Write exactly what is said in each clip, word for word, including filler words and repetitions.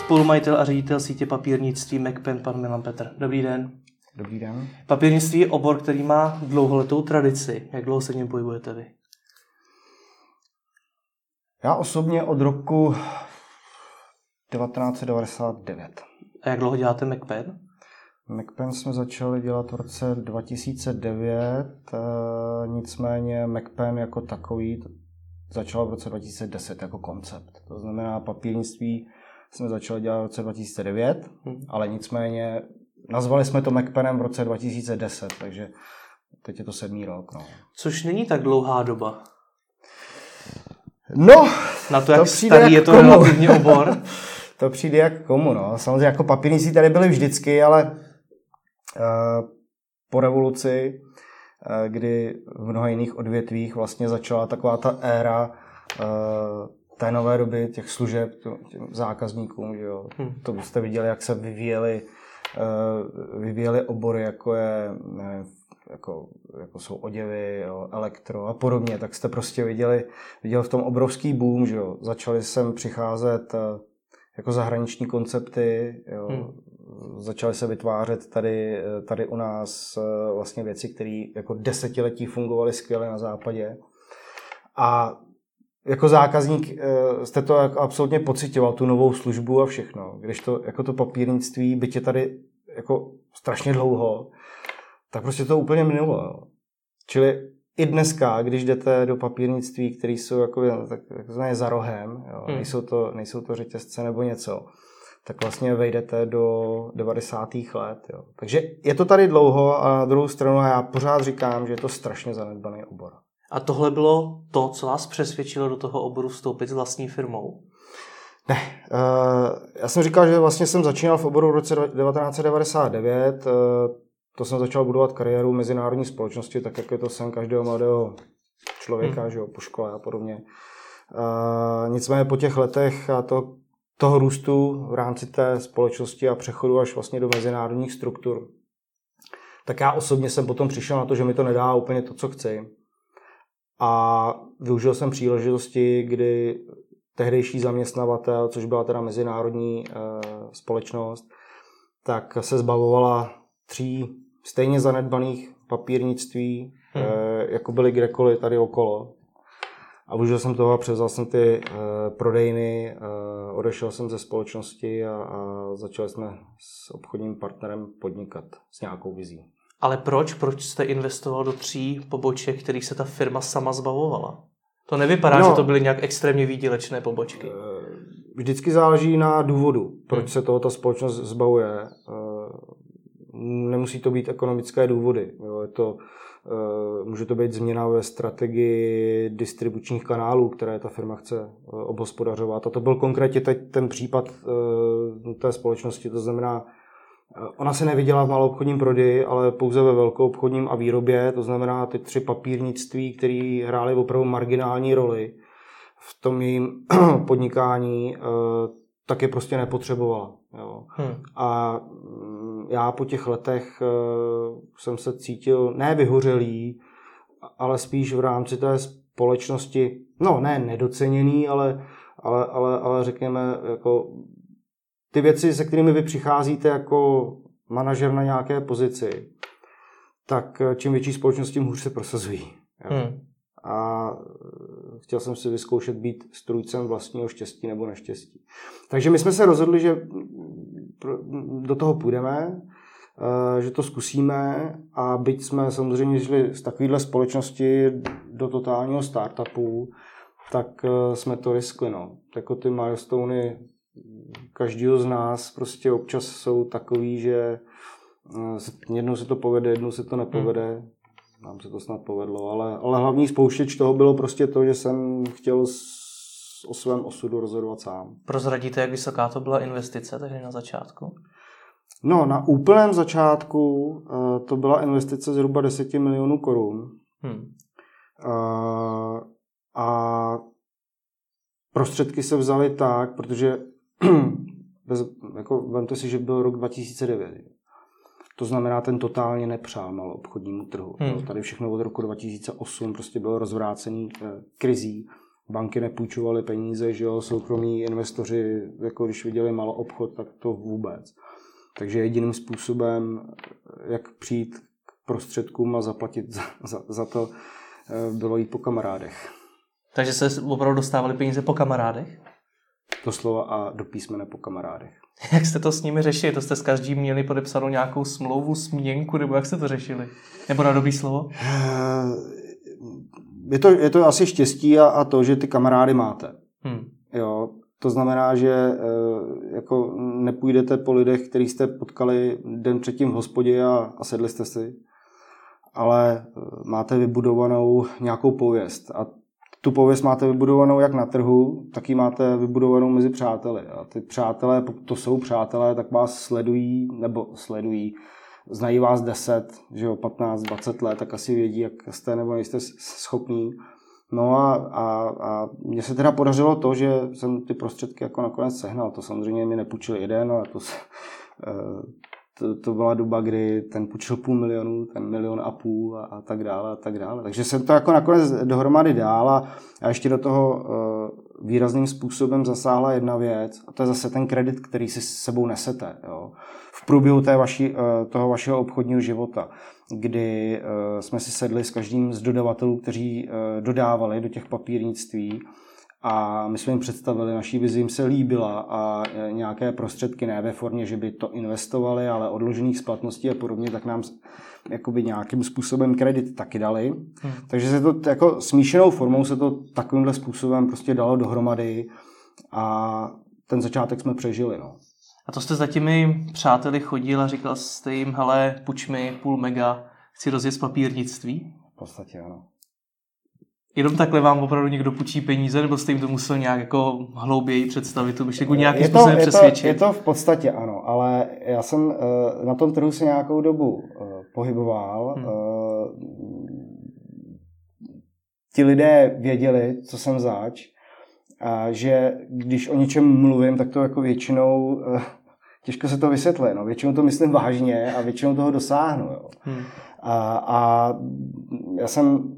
spolumajitel a ředitel sítě papírnictví MacPen, pan Milan Petr. Dobrý den. Dobrý den. Papírnictví je obor, který má dlouholetou tradici. Jak dlouho se v něm pohybujete vy? Já osobně od roku devatenáct set devadesát devět. A jak dlouho děláte MacPen? MacPen jsme začali dělat v roce dva tisíce devět, e, nicméně MacPen jako takový začal v roce dva tisíce deset jako koncept. To znamená, papírnictví jsme začali dělat v roce dva tisíce devět, hmm. ale nicméně nazvali jsme to MacPenem v roce dva tisíce deset, takže teď je to sedmý rok. No. Což není tak dlouhá doba. No, na to, jak to starý je to komu. Relativně obor. To přijde jak komu, no. Samozřejmě jako papírníci tady byli vždycky, ale uh, po revoluci, uh, kdy v mnoha jiných odvětvích vlastně začala taková ta éra uh, té nové doby těch služeb těm zákazníkům, že jo. Hmm. To byste viděli, jak se vyvíjely uh, vyvíjely obory, jako je ne, Jako, jako jsou oděvy, jo, elektro a podobně, tak jste prostě viděli, viděli v tom obrovský boom, že jo. Začaly sem přicházet uh, jako zahraniční koncepty, jo. Hmm. Začaly se vytvářet tady, tady u nás uh, vlastně věci, které jako desetiletí fungovaly skvěle na západě. A jako zákazník uh, jste to jako absolutně pocitoval, tu novou službu a všechno. Když to, jako to papírnictví, byť je tady jako strašně dlouho, tak prostě to úplně minulo. Jo. Čili i dneska, když jdete do papírnictví, které jsou jako, tak, takzvané za rohem, jo, hmm. nejsou, to, nejsou to řetězce nebo něco, tak vlastně vejdete do devadesátých let. Jo. Takže je to tady dlouho a na druhou stranu já pořád říkám, že je to strašně zanedbaný obor. A tohle bylo to, co vás přesvědčilo do toho oboru vstoupit s vlastní firmou? Ne, uh, já jsem říkal, že vlastně jsem začínal v oboru v roce devatenáct set devadesát devět, uh, to jsem začal budovat kariéru mezinárodní společnosti, tak jako je to sen každého mladého člověka, hmm. že jo, po škole a podobně. Uh, nicméně po těch letech a to, toho růstu v rámci té společnosti a přechodu až vlastně do mezinárodních struktur, tak já osobně jsem potom přišel na to, že mi to nedá úplně to, co chci. A využil jsem příležitosti, kdy tehdejší zaměstnavatel, což byla teda mezinárodní uh, společnost, tak se zbavovala tří stejně zanedbaných papírnictví, hmm. eh, jako byly kdekoliv tady okolo. A užil jsem toho a převzal jsem ty eh, prodejny, eh, odešel jsem ze společnosti a, a začali jsme s obchodním partnerem podnikat s nějakou vizí. Ale proč? Proč jste investoval do tří poboček, kterých se ta firma sama zbavovala? To nevypadá, no, že to byly nějak extrémně výdělečné pobočky. Vždycky záleží na důvodu, proč hmm. se toho ta společnost zbavuje. Nemusí to být ekonomické důvody. Jo. Je to, může to být změna ve strategii distribučních kanálů, které ta firma chce obhospodařovat. A to byl konkrétně teď ten případ té společnosti. To znamená, ona se neviděla v maloobchodním prodeji, ale pouze ve velkoobchodním a výrobě. To znamená ty tři papírnictví, které hrály opravdu marginální roli v tom jejím podnikání, tak je prostě nepotřebovala. Jo. Hmm. A já po těch letech uh, jsem se cítil ne vyhořelý, ale spíš v rámci té společnosti, no ne nedoceněný, ale, ale, ale, ale řekněme, jako ty věci, se kterými vy přicházíte jako manažer na nějaké pozici, tak čím větší společnost, tím hůř se prosazují. Hmm. A chtěl jsem si vyzkoušet být strůjcem vlastního štěstí nebo neštěstí. Takže my jsme se rozhodli, že do toho půjdeme, že to zkusíme a byť jsme samozřejmě šli z takovéhle společnosti do totálního startupu, tak jsme to riskli. No. Jako ty milestony každého z nás prostě občas jsou takový, že jednou se to povede, jednou se to nepovede. Hmm. Nám se to snad povedlo, ale, ale hlavní spouštěč toho bylo prostě to, že jsem chtěl s, o svém osudu rozhodovat sám. Prozradíte, jak vysoká to byla investice tehdy na začátku? No, na úplném začátku uh, to byla investice zhruba deset milionů korun. Hmm. Uh, a prostředky se vzaly tak, protože bez, jako, vemte si, že byl rok dva tisíce devět. To znamená, ten totálně nepřál maloobchodnímu trhu. Hmm. Tady všechno od roku dva tisíce osm prostě bylo rozvrácený eh, krizí. banky nepůjčovaly peníze, že jo, soukromí investoři, jako když viděli malou obchod, tak to vůbec. Takže jediným způsobem, jak přijít k prostředkům a zaplatit za, za, za to, bylo jít po kamarádech. Takže se opravdu dostávali peníze po kamarádech? Doslova a do písmene po kamarádech. Jak jste to s nimi řešili? To jste s každým měli podepsanou nějakou smlouvu, směnku, nebo jak jste to řešili? Nebo na dobrý slovo? Je to, je to asi štěstí a, a to, že ty kamarády máte. Hmm. Jo, to znamená, že jako nepůjdete po lidech, který jste potkali den předtím v hospodě a, a sedli jste si, ale máte vybudovanou nějakou pověst. A tu pověst máte vybudovanou jak na trhu, tak ji máte vybudovanou mezi přáteli. A ty přátelé, pokud to jsou přátelé, tak vás sledují, nebo sledují, znají vás deset, že jo, patnáct, dvacet let, tak asi vědí, jak jste nebo nejste schopní. No a, a, a mně se teda podařilo to, že jsem ty prostředky jako nakonec sehnal. To samozřejmě mi nepůjčil jeden, ale to, to, to byla doba, kdy ten půjčil půl milionu, ten milion a půl a, a tak dále a tak dále. Takže jsem to jako nakonec dohromady dál a, a ještě do toho uh, výrazným způsobem zasáhla jedna věc a to je zase ten kredit, který si s sebou nesete, jo, v průběhu té vaší, uh, toho vašeho obchodního života, kdy uh, jsme si sedli s každým z dodavatelů, kteří uh, dodávali do těch papírnictví a my jsme jim představili, naší vizi jim se líbila a nějaké prostředky ne ve formě, že by to investovali, ale odložených splatností a podobně, tak nám jakoby nějakým způsobem kredit taky dali. Hmm. Takže se to jako smíšenou formou se to takovýmhle způsobem prostě dalo dohromady a ten začátek jsme přežili. No. A to jste za těmi přáteli chodil a říkal jste jim, hele, půjč mi půl mega, chci rozjet papírnictví? V podstatě ano. Jenom takhle vám opravdu někdo půjčí peníze, nebo jste jim to musel nějak jako hlouběji představit, tu myšlenku nějakým způsobem přesvědčit? Je to v podstatě ano, ale já jsem na tom trhu se nějakou dobu pohyboval. Hmm. Ti lidé věděli, co jsem zač, a že když o něčem mluvím, tak to jako většinou těžko se to vysvětlí. No. Většinou to myslím vážně a většinou toho dosáhnu. Jo. Hmm. A, a já jsem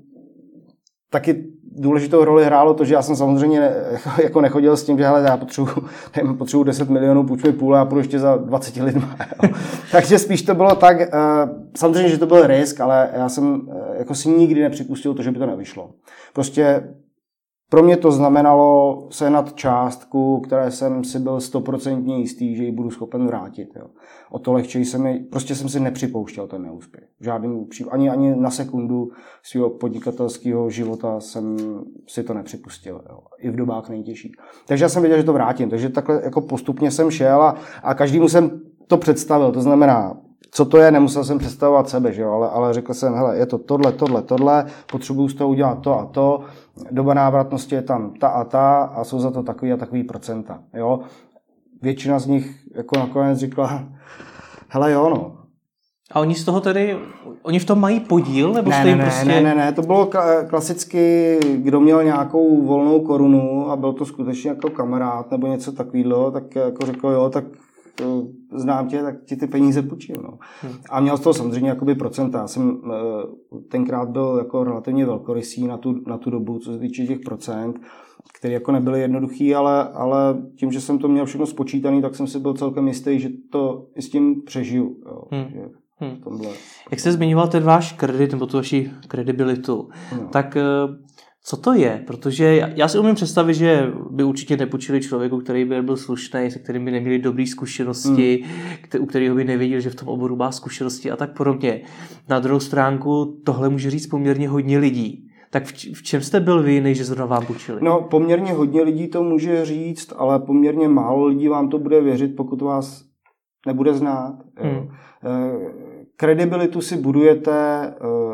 taky důležitou roli hrálo to, že já jsem samozřejmě jako nechodil s tím, že hele, já potřebuji, potřebuji deset milionů, půjč mi půl a já půjdu ještě za dvacet lidma. Takže spíš to bylo tak, samozřejmě, že to byl risk, ale já jsem jako si nikdy nepřipustil to, že by to nevyšlo. Prostě pro mě to znamenalo sehnat částku, které jsem si byl stoprocentně jistý, že ji budu schopen vrátit. Jo. O to lehčej se mi, prostě jsem si nepřipouštěl ten neúspěch. Žádný, ani, ani na sekundu svého podnikatelského života jsem si to nepřipustil. Jo. I v dobách nejtěžších. Takže já jsem věděl, že to vrátím. Takže takhle jako postupně jsem šel a, a každému jsem to představil. To znamená, co to je, nemusel jsem představovat sebe, že jo? Ale, ale řekl jsem, hele, je to tohle, tohle, tohle, potřebuju z toho udělat to a to, doba návratnosti je tam ta a ta a jsou za to takový a takový procenta. Jo? Většina z nich jako nakonec řekla, hele jo, no. A oni z toho tedy, oni v tom mají podíl? Nebo ne, jste jim ne, prostě... ne, ne, ne, to bylo klasicky, kdo měl nějakou volnou korunu a byl to skutečně jako kamarád nebo něco takového, tak jako řekl, jo, tak znám tě, tak ti ty peníze půjčím. No. Hmm. A měl z toho samozřejmě jakoby procenta. Já jsem tenkrát byl jako relativně velkorysý na tu, na tu dobu, co se týče těch procent, které jako nebyly jednoduchý, ale, ale tím, že jsem to měl všechno spočítaný, tak jsem si byl celkem jistý, že to i s tím přežiju. Jo. Hmm. Že hmm. tomhle... Jak jste zmiňoval ten váš kredit, nebo tu vaši kredibilitu, no. tak co to je? Protože já si umím představit, že by určitě nepůjčili člověku, který by byl slušný, se kterým by neměli dobré zkušenosti, hmm. u kterého by nevěděl, že v tom oboru má zkušenosti a tak podobně. Na druhou stránku tohle může říct poměrně hodně lidí. Tak v čem jste byl vy, než zrovna vám půjčili? No, poměrně hodně lidí to může říct, ale poměrně málo lidí vám to bude věřit, pokud vás nebude znát. Hmm. Kredibilitu si budujete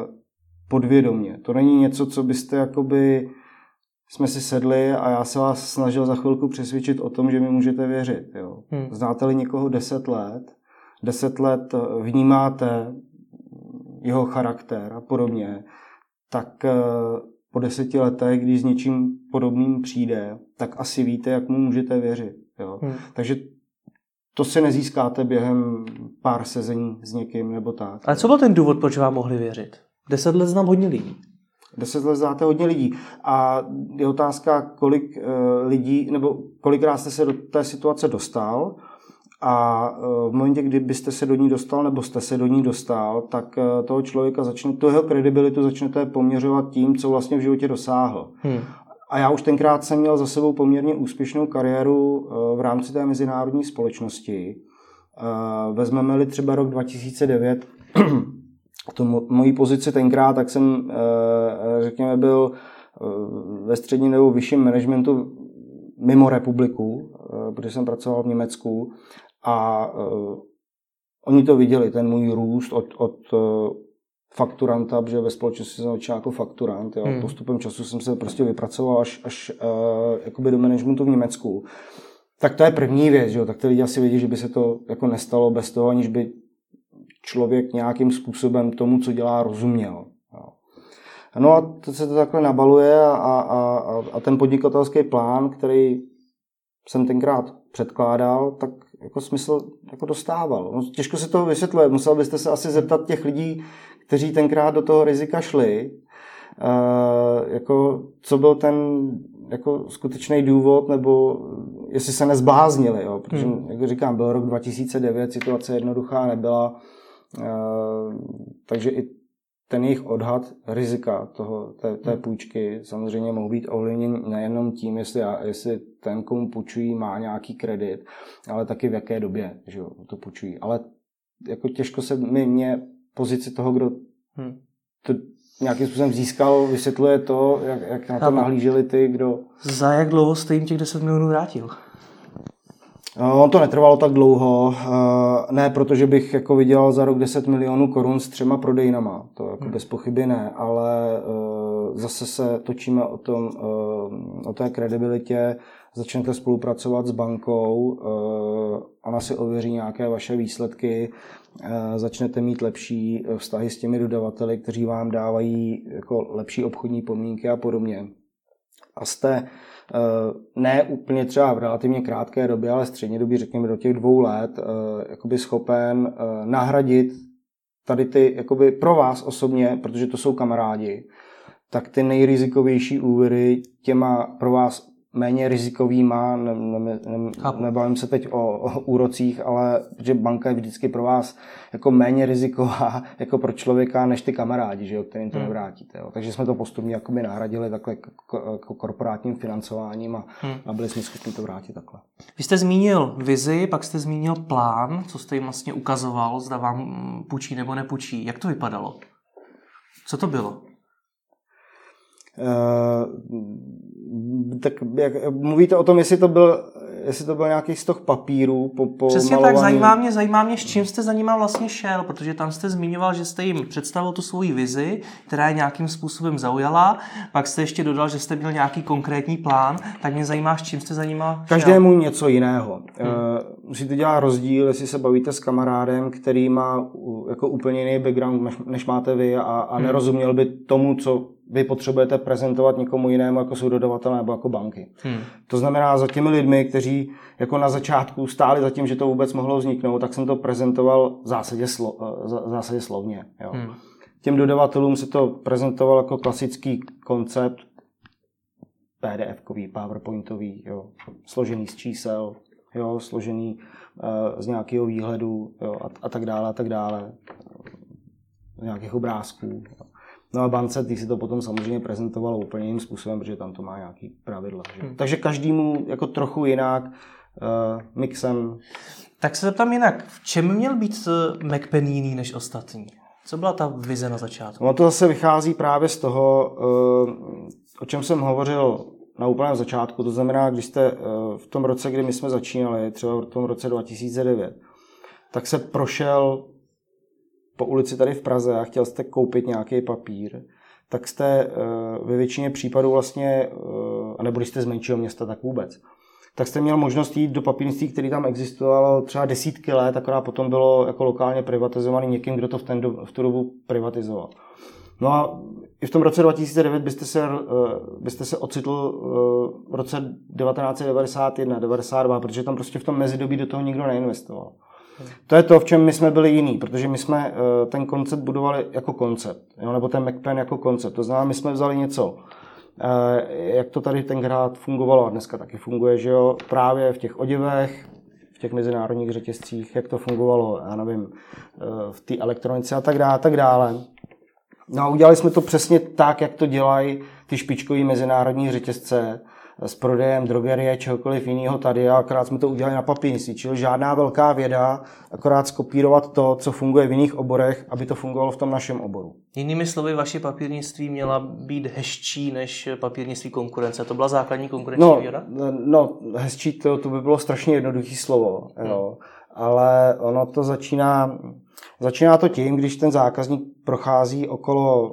podvědomě. To není něco, co byste jakoby jsme si sedli a já se vás snažil za chvilku přesvědčit o tom, že mi můžete věřit. Jo. Hmm. Znáte-li někoho deset let, deset let vnímáte jeho charakter a podobně, tak po deseti letech, když s něčím podobným přijde, tak asi víte, jak mu můžete věřit. Jo. Hmm. Takže to si nezískáte během pár sezení s někým nebo tak. Ale co byl ten důvod, proč vám mohli věřit? Deset let znám hodně lidí. Deset let znáte hodně lidí. A je otázka, kolik lidí, nebo kolikrát jste se do té situace dostal a v momentě, kdy byste se do ní dostal, nebo jste se do ní dostal, tak toho člověka začne, toho jeho kredibilitu začnete poměřovat tím, co vlastně v životě dosáhl. Hmm. A já už tenkrát jsem měl za sebou poměrně úspěšnou kariéru v rámci té mezinárodní společnosti. Vezmeme-li třeba rok dva tisíce devět, tu mojí pozici tenkrát, tak jsem, řekněme, byl ve středním nebo vyšším managementu mimo republiku, protože jsem pracoval v Německu a oni to viděli, ten můj růst od, od fakturanta, protože ve společnosti jsem začal jako fakturant. Jo. Hmm. Postupem času jsem se prostě vypracoval až, až uh, jakoby do managementu v Německu. Tak to je první věc, že jo. Tak ty lidi asi vědí, že by se to jako nestalo bez toho, aniž by člověk nějakým způsobem tomu, co dělá, rozuměl. Jo. No a to se to takhle nabaluje a, a, a, a ten podnikatelský plán, který jsem tenkrát předkládal, tak jako smysl jako dostával. No, těžko se to vysvětluje. Musel byste se asi zeptat těch lidí, kteří tenkrát do toho rizika šli, uh, jako, co byl ten jako skutečný důvod, nebo jestli se nezbláznili. Jo? Protože, hmm. jak říkám, byl rok dva tisíce devět, situace jednoduchá nebyla, uh, takže i ten jejich odhad rizika toho, té, té půjčky samozřejmě mohou být ovlivněn nejenom tím, jestli, já, jestli ten, komu půjčují, má nějaký kredit, ale taky v jaké době, že jo, to půjčují. Ale jako těžko se mi mě pozici toho, kdo hmm. to nějakým způsobem získal, vysvětluje to, jak, jak na to nahlíželi ty, kdo... Za jak dlouho jste jim těch deset milionů vrátil? On to netrvalo tak dlouho, ne protože bych jako vydělal za rok deset milionů korun s třema prodejnama, to jako hmm. bez pochyby ne, ale zase se točíme o tom, o té kredibilitě, začnete spolupracovat s bankou, ona si ověří nějaké vaše výsledky, začnete mít lepší vztahy s těmi dodavateli, kteří vám dávají jako lepší obchodní podmínky a podobně. A jste ne úplně třeba v relativně krátké době, ale středně době, řekněme do těch dvou let, jakoby schopen nahradit tady ty, jakoby pro vás osobně, protože to jsou kamarádi, tak ty nejrizikovější úvěry těma pro vás méně rizikovýma, ne, ne, ne, nebavím se teď o, o úrocích, ale že banka je vždycky pro vás jako méně riziková jako pro člověka než ty kamarádi, že jo, kterým to hmm. nevrátíte. Jo. Takže jsme to postupně jakoby nahradili takhle jako korporátním financováním a, hmm. a byli jsme schopni to vrátit takhle. Vy jste zmínil vizi, pak jste zmínil plán, co jste jim vlastně ukazoval, zda vám půjčí nebo nepůjčí. Jak to vypadalo? Co to bylo? Uh, tak jak, mluvíte o tom, jestli to byl, jestli to byl nějaký stoch papíru po, po Přesně malovaný... tak, zajímá mě, zajímá mě, s čím jste za nima vlastně šel, protože tam jste zmiňoval, že jste jim představil tu svoji vizi, která je nějakým způsobem zaujala, pak jste ještě dodal, že jste měl nějaký konkrétní plán, tak mě zajímá, s čím jste za nima šel. Každému něco jiného. Hmm. Uh, musíte dělat rozdíl, jestli se bavíte s kamarádem, který má jako úplně jiný background, než, než máte vy a, a hmm. nerozuměl by tomu, co vy potřebujete prezentovat někomu jinému, jako jsou dodavatelé nebo jako banky. Hmm. To znamená, za těmi lidmi, kteří jako na začátku stáli za tím, že to vůbec mohlo vzniknout, tak jsem to prezentoval v zásadě, slo, v zásadě slovně. Jo. Hmm. Těm dodavatelům se to prezentoval jako klasický koncept P D F-kový, PowerPointový, jo, složený z čísel, jo, složený uh, z nějakého výhledu, jo, a, a tak dále, a tak dále. Z nějakých obrázků. Jo. No a bance, ty si to potom samozřejmě prezentovalo úplně jiným způsobem, protože tam to má nějaký pravidla. Že? Hmm. Takže každému jako trochu jinak, uh, mixem. Tak se zeptám jinak, v čem měl být McPenny jiný než ostatní? Co byla ta vize na začátku? No to zase vychází právě z toho, uh, o čem jsem hovořil na úplném začátku. To znamená, když jste uh, v tom roce, kdy my jsme začínali, třeba v tom roce dva tisíce devět, tak se prošel po ulici tady v Praze a chtěl jste koupit nějaký papír, tak jste ve většině případů vlastně, nebo když jste z menšího města, tak vůbec, tak jste měl možnost jít do papírnictví, který tam existovalo třeba desítky let, akorát potom bylo jako lokálně privatizovaný někým, kdo to v, ten do, v tu dobu privatizoval. No a i v tom roce dva tisíce devět byste se, byste se ocitl v roce devatenáct set devadesát jedna devadesát dva, protože tam prostě v tom mezidobí do toho nikdo neinvestoval. To je to, v čem my jsme byli jiný, protože my jsme ten koncept budovali jako koncept, jo, nebo ten MacPen jako koncept. To znamená, my jsme vzali něco, jak to tady tenkrát fungovalo a dneska taky funguje, že jo, právě v těch oděvech, v těch mezinárodních řetězcích, jak to fungovalo, já nevím, v té elektronice a tak dále, a tak dále. No a udělali jsme to přesně tak, jak to dělají ty špičkový mezinárodní řetězce s prodejem drogerie, čehokoliv jiného tady, a akorát jsme to udělali na papírnictví, čili žádná velká věda, akorát skopírovat to, co funguje v jiných oborech, aby to fungovalo v tom našem oboru. Jinými slovy, vaše papírnictví měla být hezčí než papírnictví konkurence. To byla základní konkurenční no, výhoda? No, hezčí to, to by bylo strašně jednoduché slovo, jo. Hmm. Ale ono to začíná, začíná to tím, když ten zákazník prochází okolo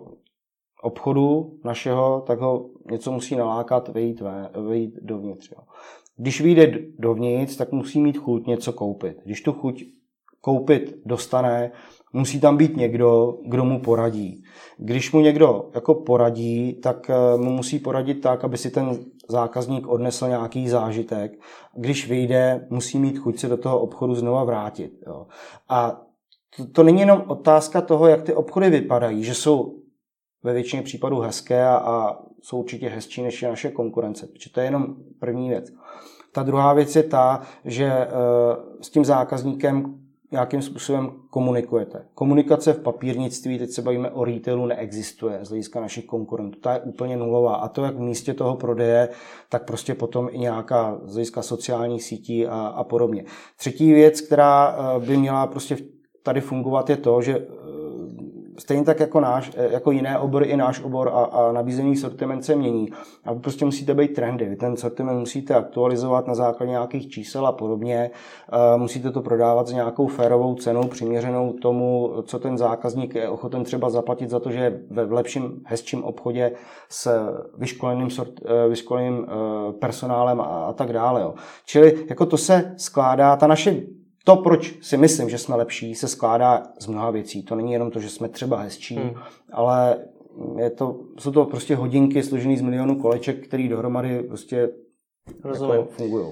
obchodu našeho, tak ho něco musí nalákat, vejít, vejít dovnitř. Jo. Když vyjde dovnitř, tak musí mít chuť něco koupit. Když tu chuť koupit dostane, musí tam být někdo, kdo mu poradí. Když mu někdo jako poradí, tak mu musí poradit tak, aby si ten zákazník odnesl nějaký zážitek. Když vyjde, musí mít chuť se do toho obchodu znova vrátit. Jo. A to, to není jenom otázka toho, jak ty obchody vypadají, že jsou ve většině případů hezké a, a jsou určitě hezčí než je naše konkurence, protože to je jenom první věc. Ta druhá věc je ta, že e, s tím zákazníkem nějakým způsobem komunikujete. Komunikace v papírnictví, teď se bavíme o retailu, neexistuje z hlediska našich konkurentů. Ta je úplně nulová. A to jak v místě toho prodeje, tak prostě potom i nějaká z hlediska sociálních sítí a, a podobně. Třetí věc, která by měla prostě tady fungovat, je to, že stejně tak jako, náš, jako jiné obory, i náš obor a, a nabízený sortiment se mění. A vy prostě musíte být trendy. Vy ten sortiment musíte aktualizovat na základě nějakých čísel a podobně. Musíte to prodávat s nějakou férovou cenou, přiměřenou tomu, co ten zákazník je ochoten třeba zaplatit za to, že je ve lepším, hezčím obchodě s vyškoleným, sort, vyškoleným personálem a, a tak dále. Jo. Čili jako to se skládá, ta naše To, proč si myslím, že jsme lepší, se skládá z mnoha věcí. To není jenom to, že jsme třeba hezčí, hmm. ale je to, jsou to prostě hodinky složený z milionů koleček, které dohromady prostě jako fungují.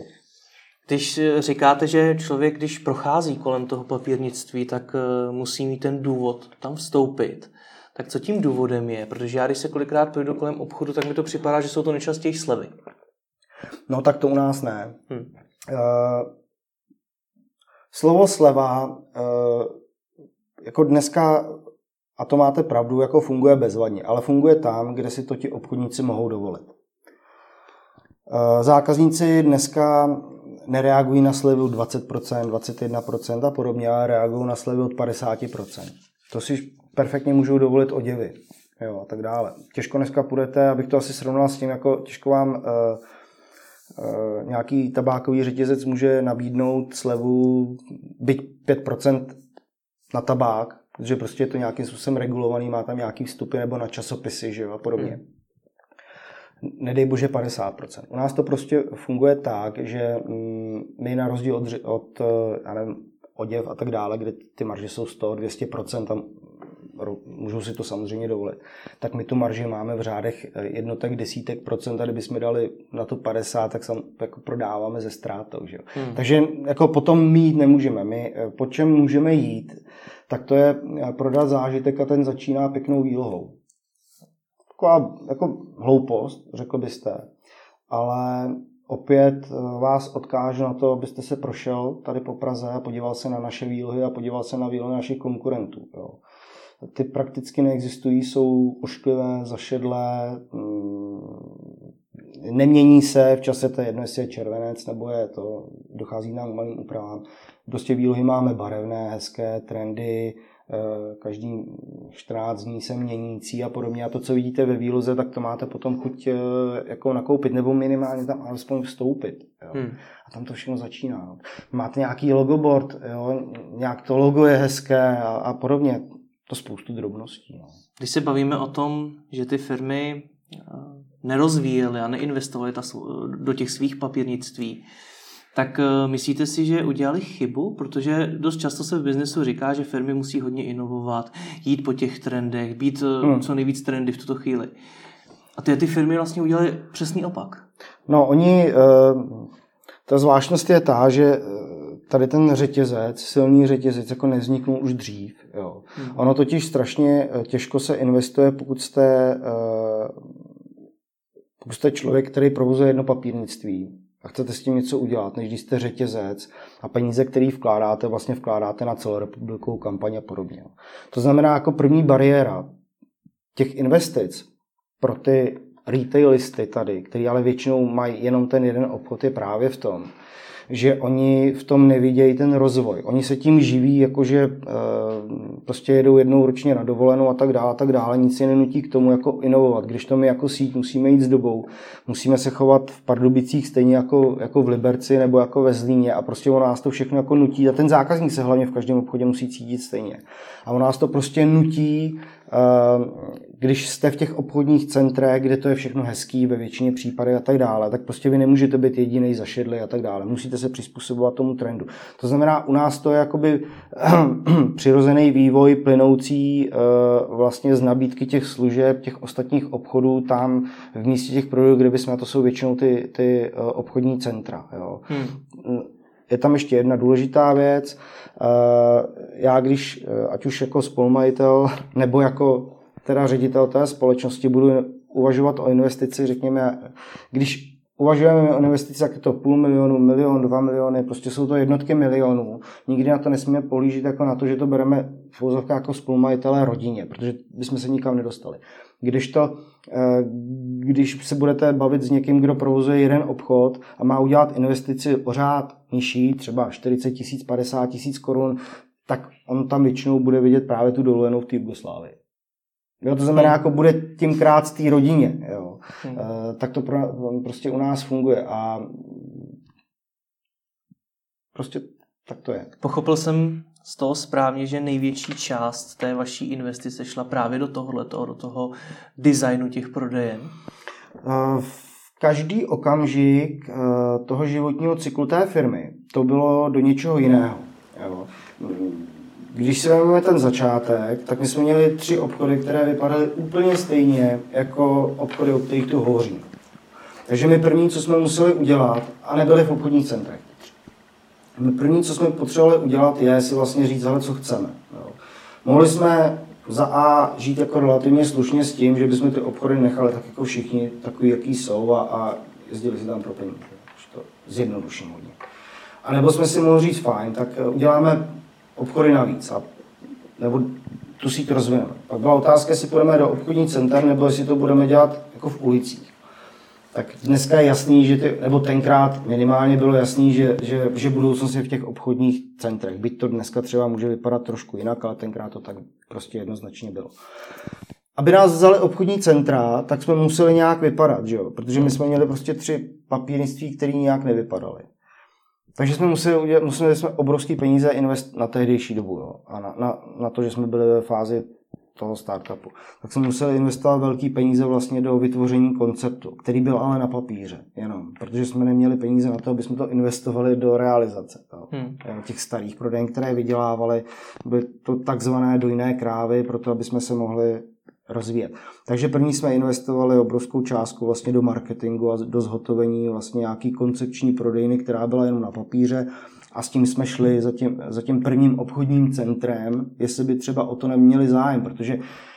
Když říkáte, že člověk, když prochází kolem toho papírnictví, tak musí mít ten důvod tam vstoupit. Tak co tím důvodem je? Protože já, když se kolikrát projdu kolem obchodu, tak mi to připadá, že jsou to nejčastěji slevy. No tak to u nás ne. Hmm. Uh, Slovo sleva, jako dneska, a to máte pravdu, jako funguje bezvadně, ale funguje tam, kde si to ti obchodníci mohou dovolit. Zákazníci dneska nereagují na slevu dvacet procent, dvacet jedna procent a podobně, ale reagují na slevy od padesát procent. To si perfektně můžou dovolit oděvy, jo, a tak dále. Těžko dneska půjdete, abych to asi srovnal s tím, jako těžko vám Uh, nějaký tabákový řetězec může nabídnout slevu byť pět procent na tabák, protože prostě je to nějakým způsobem regulovaný, má tam nějaký vstupy nebo na časopisy, že jo, a podobně. Hmm. Nedej bože padesát procent. U nás to prostě funguje tak, že my na rozdíl od, od já nevím, oděv a tak dále, kde ty marže jsou sto, dvě stě procent, tam můžou si to samozřejmě dovolit, tak my tu marži máme v řádech jednotek, desítek procent, a kdybychom dali na to padesát, tak sam, jako prodáváme ze ztrátou. Že? Hmm. Takže jako potom mít nemůžeme. My po čem můžeme jít, tak to je prodat zážitek a ten začíná pěknou výlohou. Taková jako hloupost, řekl byste, ale opět vás odkážu na to, abyste se prošel tady po Praze a podíval se na naše výlohy a podíval se na výlohy našich konkurentů. Jo. Ty prakticky neexistují, jsou ošklivé, zašedlé, nemění se v čase, to je jedno, jestli je červenec, nebo je to, dochází nám k malým úpravám. Prostě výlohy máme barevné, hezké, trendy, každý čtrnáct dní se měnící a podobně. A to, co vidíte ve výloze, tak to máte potom chuť jako nakoupit, nebo minimálně tam alespoň vstoupit. Jo. Hmm. A tam to všechno začíná. No. Máte nějaký logoboard, jo, nějak to logo je hezké a, a podobně. To spoustu drobností. No. Když se bavíme o tom, že ty firmy nerozvíjely a neinvestovaly do těch svých papírnictví, tak myslíte si, že udělali chybu? Protože dost často se v biznesu říká, že firmy musí hodně inovovat, jít po těch trendech, být hmm. co nejvíc trendy v tuto chvíli. A ty, ty firmy vlastně udělali přesný opak. No, oni, ta zvláštnost je ta, že tady ten řetězec, silný řetězec, jako nevzniknul už dřív. Jo. Hmm. Ono totiž strašně těžko se investuje, pokud jste, pokud jste člověk, který provozuje jedno papírnictví a chcete s tím něco udělat, než když jste řetězec a peníze, které vkládáte, vlastně vkládáte na celorepublikovou kampaň a podobně. To znamená, jako první bariéra těch investic pro ty retailisty tady, který ale většinou mají jenom ten jeden obchod, je právě v tom, že oni v tom nevidějí ten rozvoj. Oni se tím živí, jakože e, prostě jedou jednou ročně na dovolenou a tak dále, a tak dále. Nic je nenutí k tomu jako inovovat. Když to my jako síť musíme jít s dobou, musíme se chovat v Pardubicích stejně jako, jako v Liberci nebo jako ve Zlíně a prostě ono nás to všechno jako nutí. A ten zákazník se hlavně v každém obchodě musí cítit stejně. A ono nás to prostě nutí, když jste v těch obchodních centrech, kde to je všechno hezký ve většině případů a tak dále, tak prostě vy nemůžete být jedinej zašedlý a tak dále. Musíte se přizpůsobovat tomu trendu. To znamená, u nás to je jakoby přirozený vývoj plynoucí vlastně z nabídky těch služeb, těch ostatních obchodů tam v místě těch prodejů, kde bychom, to jsou většinou ty, ty obchodní centra. Jo. Hmm. Je tam ještě jedna důležitá věc. Já když, ať už jako spolumajitel nebo jako teda ředitel té společnosti, budu uvažovat o investici, řekněme, když uvažujeme o investici, tak je to půl milionu, milion, dva miliony, prostě jsou to jednotky milionů. Nikdy na to nesmíme polížit jako na to, že to bereme v úzovkách jako spolumajitelé rodině, protože bychom se nikam nedostali. Když to, když se budete bavit s někým, kdo provozuje jeden obchod a má udělat investici o řád nižší, třeba čtyřicet tisíc, padesát tisíc korun, tak on tam většinou bude vidět právě tu dovolenou v té Jugoslávii. Jo, to znamená, jako bude tímkrát z té rodině. Jo. Hmm. E, tak to pro, prostě u nás funguje a prostě tak to je. Pochopil jsem z toho správně, že největší část té vaší investice šla právě do tohohletoho, do toho designu těch prodejen? V každý okamžik toho životního cyklu té firmy to bylo do něčeho jiného. Jo. Když si vezmeme ten začátek, tak my jsme měli tři obchody, které vypadaly úplně stejně jako obchody, o kterých tu hovořím. Takže my první, co jsme museli udělat, a nebyli v obchodních centrech, my první, co jsme potřebovali udělat, je si vlastně říct, ale co chceme. Jo. Mohli jsme za A žít jako relativně slušně s tím, že bychom ty obchody nechali tak jako všichni, takový, jaký jsou a, a jezdili si tam pro peníze. To zjednoduším hodně. A nebo jsme si mohli říct, fajn, tak uděláme obchody navíc, a, nebo tu síť rozvineme. Pak byla otázka, jestli půjdeme do obchodních center, nebo jestli to budeme dělat jako v ulicích. Tak dneska je jasný, že ty, nebo tenkrát minimálně bylo jasný, že, že, že budoucnost je v těch obchodních centrech. Byť to dneska třeba může vypadat trošku jinak, ale tenkrát to tak prostě jednoznačně bylo. Aby nás vzali obchodní centra, tak jsme museli nějak vypadat, že jo? Protože my jsme měli prostě tři papírnictví, které nějak nevypadaly. Takže jsme museli udělat, museli jsme obrovský peníze investovat na tehdejší dobu, jo? A na, na, na to, že jsme byli ve fázi toho startupu. Tak jsme museli investovat velký peníze vlastně do vytvoření konceptu, který byl ale na papíře jenom, protože jsme neměli peníze na to, aby jsme to investovali do realizace. Hmm. Těch starých prodejen, které vydělávaly, byly to takzvané dojné krávy, proto aby jsme se mohli rozvíjet. Takže první jsme investovali obrovskou částku vlastně do marketingu a do zhotovení vlastně nějaký koncepční prodejny, která byla jenom na papíře. A s tím jsme šli za tím, za tím prvním obchodním centrem, jestli by třeba o to neměli zájem, protože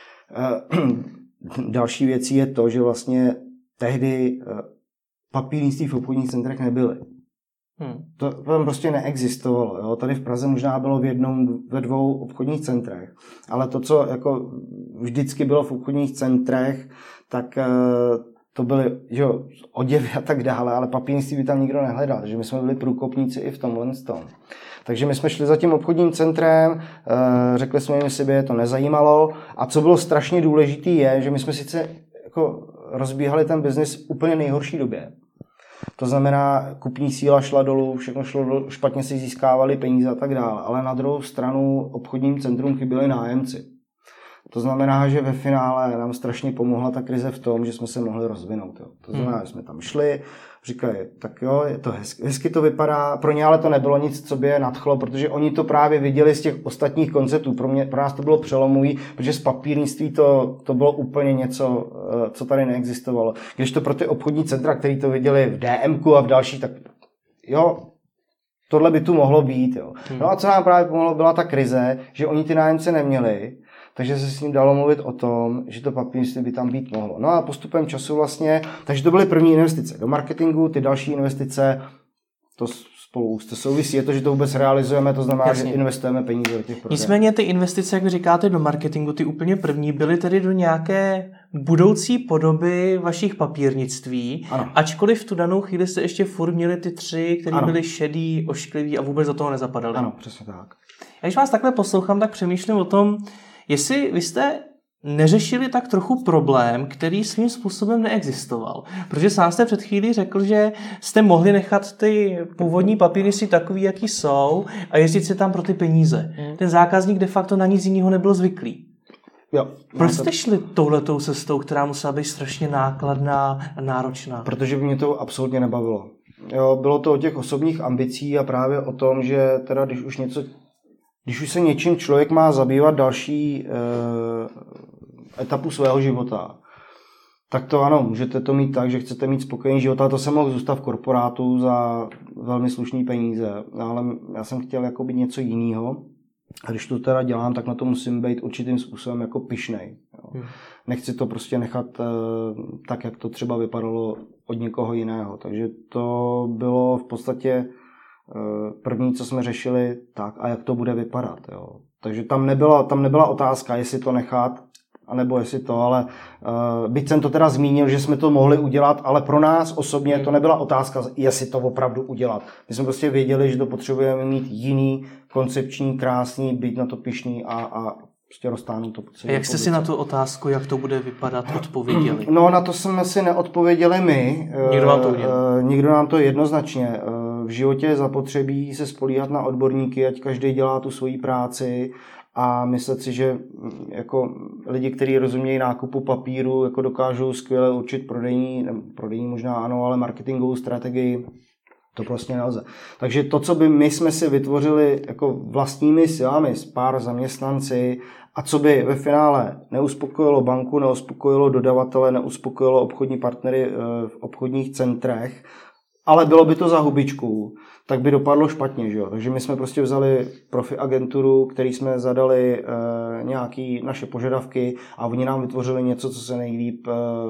uh, další věcí je to, že vlastně tehdy uh, papírnictví v obchodních centrech nebyly. Hmm. To tam prostě neexistovalo. Jo? Tady v Praze možná bylo v jednom, ve dvou obchodních centrech, ale to, co jako vždycky bylo v obchodních centrech, tak uh, to byly, že jo, oděvy a tak dále, ale papírnictví by tam nikdo nehledal, takže my jsme byli průkopníci i v tomhle tom. Takže my jsme šli za tím obchodním centrem, řekli jsme jim, že by je to nezajímalo a co bylo strašně důležité je, že my jsme sice jako rozbíhali ten biznis v úplně nejhorší době. To znamená, kupní síla šla dolů, všechno šlo dolů, špatně si získávali peníze a tak dále, ale na druhou stranu obchodním centrum chyběli nájemci. To znamená, že ve finále nám strašně pomohla ta krize v tom, že jsme se mohli rozvinout. Jo. To znamená, že jsme tam šli, říkali, tak jo, je to hezky, hezky to vypadá, pro ně ale to nebylo nic, co by je nadchlo, protože oni to právě viděli z těch ostatních konceptů. Pro, mě, pro nás to bylo přelomový, protože z papírnictví to, to bylo úplně něco, co tady neexistovalo. Když to pro ty obchodní centra, který to viděli v D M ku a v další, tak jo, tohle by tu mohlo být. Jo. No a co nám právě pomohlo, byla ta krize, že oni ty nájemce neměli, takže se s ním dalo mluvit o tom, že to papírnictví by tam být mohlo. No a postupem času vlastně, takže to byly první investice do marketingu, ty další investice, to spolu úzce souvisí, je to, že to vůbec realizujeme, to znamená, Jasně. že investujeme peníze do těch projektů. Nicméně ty investice, jak vy říkáte, do marketingu, ty úplně první, byly tedy do nějaké budoucí podoby vašich papírnictví, ano. ačkoliv v tu danou chvíli jste ještě furt měli ty tři, které byly šedý, ošklivý a vůbec do toho nezapadaly. Ano, přesně tak. A když vás takhle poslouchám, tak přemýšlím o tom, jestli vy jste neřešili tak trochu problém, který svým způsobem neexistoval. Protože sám jste před chvílí řekl, že jste mohli nechat ty původní papírnictví takový, jaký jsou a jezdit si tam pro ty peníze. Hmm. Ten zákazník de facto na nic jiného nebyl zvyklý. Jo, Proč jste šli touhletou cestou, která musela být strašně nákladná a náročná? Protože mě to absolutně nebavilo. Jo, bylo to o těch osobních ambicí a právě o tom, že teda když už něco Když už se něčím člověk má zabývat další eh, etapu svého života, tak to ano, můžete to mít tak, že chcete mít spokojený život, a to jsem mohl zůstat v korporátu za velmi slušný peníze, ale já jsem chtěl jako být něco jiného. A když to teda dělám, tak na to musím být určitým způsobem jako pyšnej. Hmm. Nechci to prostě nechat eh, tak, jak to třeba vypadalo od někoho jiného. Takže to bylo v podstatě první, co jsme řešili, tak a jak to bude vypadat. Jo. Takže tam nebyla, tam nebyla otázka, jestli to nechat, anebo jestli to, ale uh, byť jsem to teda zmínil, že jsme to mohli udělat, ale pro nás osobně to nebyla otázka, jestli to opravdu udělat. My jsme prostě věděli, že to potřebujeme mít jiný, koncepční, krásný, být na to pyšný a, a prostě roztáhnout to. A jak jste si na tu otázku, jak to bude vypadat, odpověděli? No, na to jsme si neodpověděli my. Nikdo vám to udělal. Nikdo nám to jednoznačně. V životě je zapotřebí se spolíhat na odborníky, ať každý dělá tu svoji práci a myslet si, že jako lidi, kteří rozumějí nákupu papíru, jako dokážou skvěle určit prodejní, prodejní možná ano, ale marketingovou strategii, to prostě nelze. Takže to, co by my jsme si vytvořili jako vlastními silami s pár zaměstnanci a co by ve finále neuspokojilo banku, neuspokojilo dodavatele, neuspokojilo obchodní partnery v obchodních centrech, ale bylo by to za hubičku, tak by dopadlo špatně. Že jo? Takže my jsme prostě vzali profi agenturu, který jsme zadali e, nějaké naše požadavky a oni nám vytvořili něco, co se nejlíp e,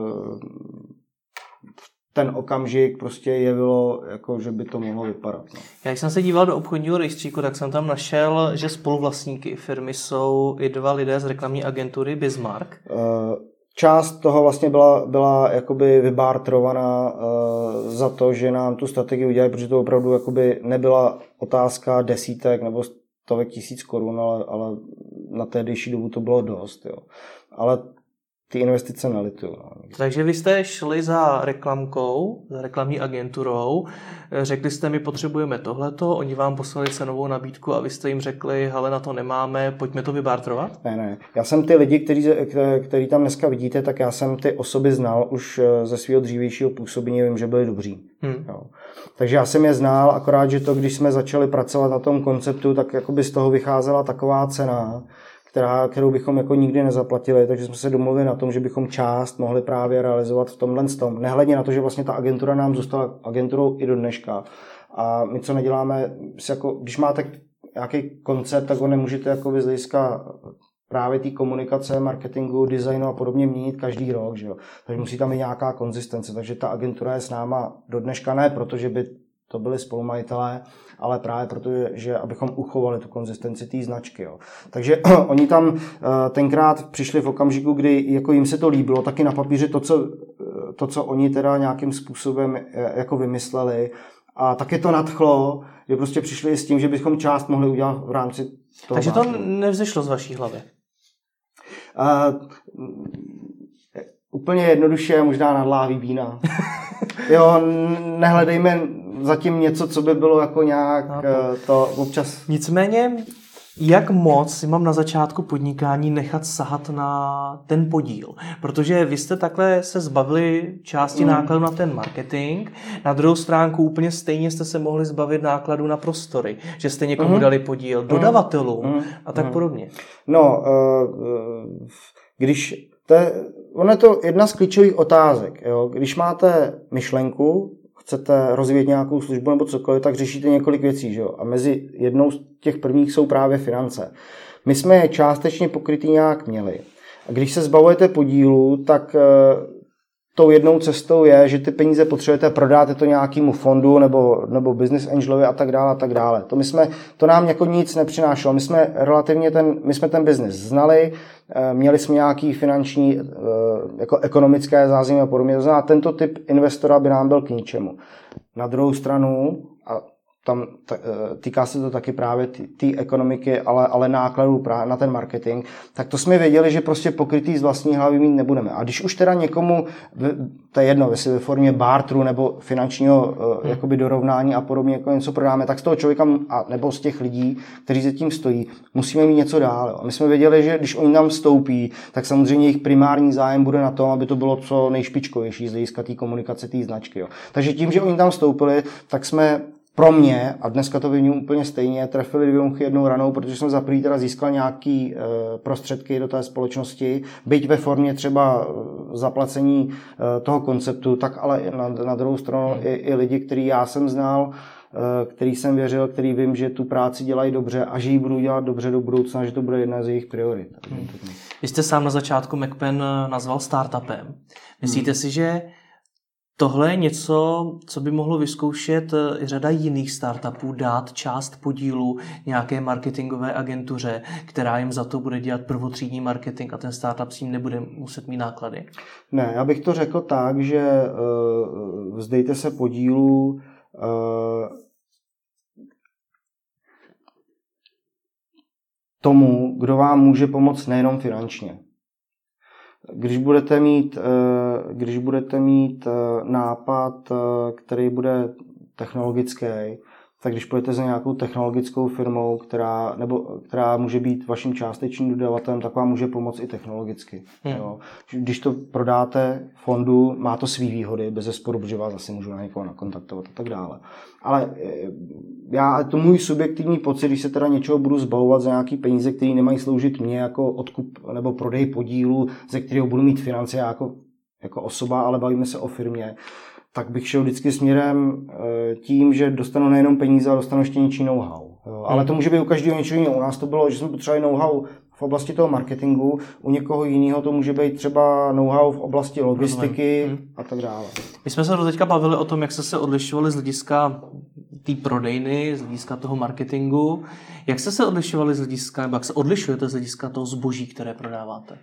ten okamžik prostě jevilo, jako, že by to mohlo vypadat. No. Já když jsem se díval do obchodního rejstříku, tak jsem tam našel, že spoluvlastníky firmy jsou i dva lidé z reklamní agentury Bismarck. E, Část toho vlastně byla, byla jakoby vybártrovaná uh, za to, že nám tu strategii udělali, protože to opravdu jakoby nebyla otázka desítek nebo stovek tisíc korun, ale, ale na té delší dobu to bylo dost. Jo. Ale ty investice nelituju. No. Takže vy jste šli za reklamkou, za reklamní agenturou, řekli jste, my potřebujeme tohleto, oni vám poslali cenovou nabídku a vy jste jim řekli, hele, na to nemáme, pojďme to vybártrovat? Ne, ne. Já jsem ty lidi, který, který tam dneska vidíte, tak já jsem ty osoby znal už ze svého dřívějšího působení, vím, že byli dobří. Hmm. Jo. Takže já jsem je znal, akorát, že to, když jsme začali pracovat na tom konceptu, tak jakoby z toho vycházela taková cena, Která, kterou bychom jako nikdy nezaplatili, takže jsme se domluvili na tom, že bychom část mohli právě realizovat v tomhle tom. Nehledě na to, že vlastně ta agentura nám zůstala agenturou i do dneška. A my co neděláme, jako, když máte nějaký koncept, tak ho nemůžete jako z hlediska právě té komunikace, marketingu, designu a podobně měnit každý rok. Že jo? Takže musí tam být nějaká konzistence. Takže ta agentura je s náma do dneška ne, protože by to byli spolumajitelé, ale právě proto, že abychom uchovali tu konzistenci té značky. Jo. Takže oni tam uh, tenkrát přišli v okamžiku, kdy jako jim se to líbilo, taky na papíře to, co, to, co oni teda nějakým způsobem jako vymysleli. A taky to nadchlo, že prostě přišli s tím, že bychom část mohli udělat v rámci toho. Takže to nevzešlo z vaší hlavy? Uh, úplně jednoduše, možná nadláví vína. Jo, nehledejme zatím něco, co by bylo jako nějak no to. to občas... Nicméně, jak moc si mám na začátku podnikání nechat sahat na ten podíl? Protože vy jste takhle se zbavili části mm. nákladu na ten marketing, na druhou stránku úplně stejně jste se mohli zbavit nákladu na prostory, že jste někomu mm. dali podíl, dodavatelům mm. a tak mm. podobně. No, uh, když... To je, ono je to jedna z klíčových otázek. Jo? Když máte myšlenku, chcete rozvíjet nějakou službu nebo cokoliv, tak řešíte několik věcí, že jo? A mezi jednou z těch prvních jsou právě finance. My jsme je částečně pokrytý nějak měli. A když se zbavujete podílu, tak tou jednou cestou je, že ty peníze potřebujete, prodáte to nějakému fondu nebo, nebo business angelovi a tak dále a tak dále. To, my jsme, to nám jako nic nepřinášelo. My jsme relativně ten, my jsme ten business znali, měli jsme nějaký finanční, jako ekonomické zázemí a podobně. To znamená, tento typ investora by nám byl k ničemu. Na druhou stranu, a tam týká se to taky právě té ekonomiky, ale, ale nákladů na ten marketing, tak to jsme věděli, že prostě pokrytý z vlastní hlavy mít nebudeme. A když už teda někomu, to je jedno, jestli ve formě barteru nebo finančního hmm. jakoby dorovnání a podobně jako něco prodáme, tak z toho člověka, a nebo z těch lidí, kteří za tím stojí, musíme mít něco dál. A my jsme věděli, že když oni nám vstoupí, tak samozřejmě jejich primární zájem bude na tom, aby to bylo co nejšpičkovější z hlediska té komunikace té značky. Jo. Takže tím, že oni tam vstoupili, tak jsme pro mě, a dneska to vidím úplně stejně, trefili dvě muchy jednou ranou, protože jsem za prvý teda získal nějaký e, prostředky do té společnosti, byť ve formě třeba zaplacení e, toho konceptu, tak ale na, na druhou stranu i, i lidi, který já jsem znal, e, který jsem věřil, který vím, že tu práci dělají dobře a že ji budou dělat dobře do budoucna, že to bude jedna z jejich priorit. Hmm. Vy jste sám na začátku McPen nazval startupem. Myslíte hmm. si, že tohle je něco, co by mohlo vyzkoušet i řada jiných startupů, dát část podílu nějaké marketingové agentuře, která jim za to bude dělat prvotřídní marketing a ten startup s tím nebude muset mít náklady? Ne, já bych to řekl tak, že uh, vzdejte se podílu uh, tomu, kdo vám může pomoct nejenom finančně. Když budete mít, když budete mít nápad, který bude technologický, tak když půjdete za nějakou technologickou firmou, která, nebo, která může být vaším částečným dodavatelem, tak vám může pomoct i technologicky. Hmm. Jo. Když to prodáte fondu, má to svý výhody, bezesporu, protože vás zase můžu na někoho nakontaktovat a tak dále. Ale já, to můj subjektivní pocit, když se teda něčeho budu zbavovat za nějaký peníze, které nemají sloužit mně jako odkup nebo prodej podílu, ze kterého budu mít finance jako, jako osoba, ale bavíme se o firmě, tak bych šel vždycky směrem tím, že dostanu nejenom peníze, ale dostanu ještě něčí know-how. Jo. Ale to může být u každého něčeho jiného. U nás to bylo, že jsme potřebovali know-how v oblasti toho marketingu, u někoho jiného to může být třeba know-how v oblasti logistiky hmm. a tak dále. My jsme se do teďka bavili o tom, jak jste se odlišovali z hlediska té prodejny, z hlediska toho marketingu. Jak jste se odlišovali z hlediska, nebo jak se odlišujete z hlediska toho zboží, které prodáváte?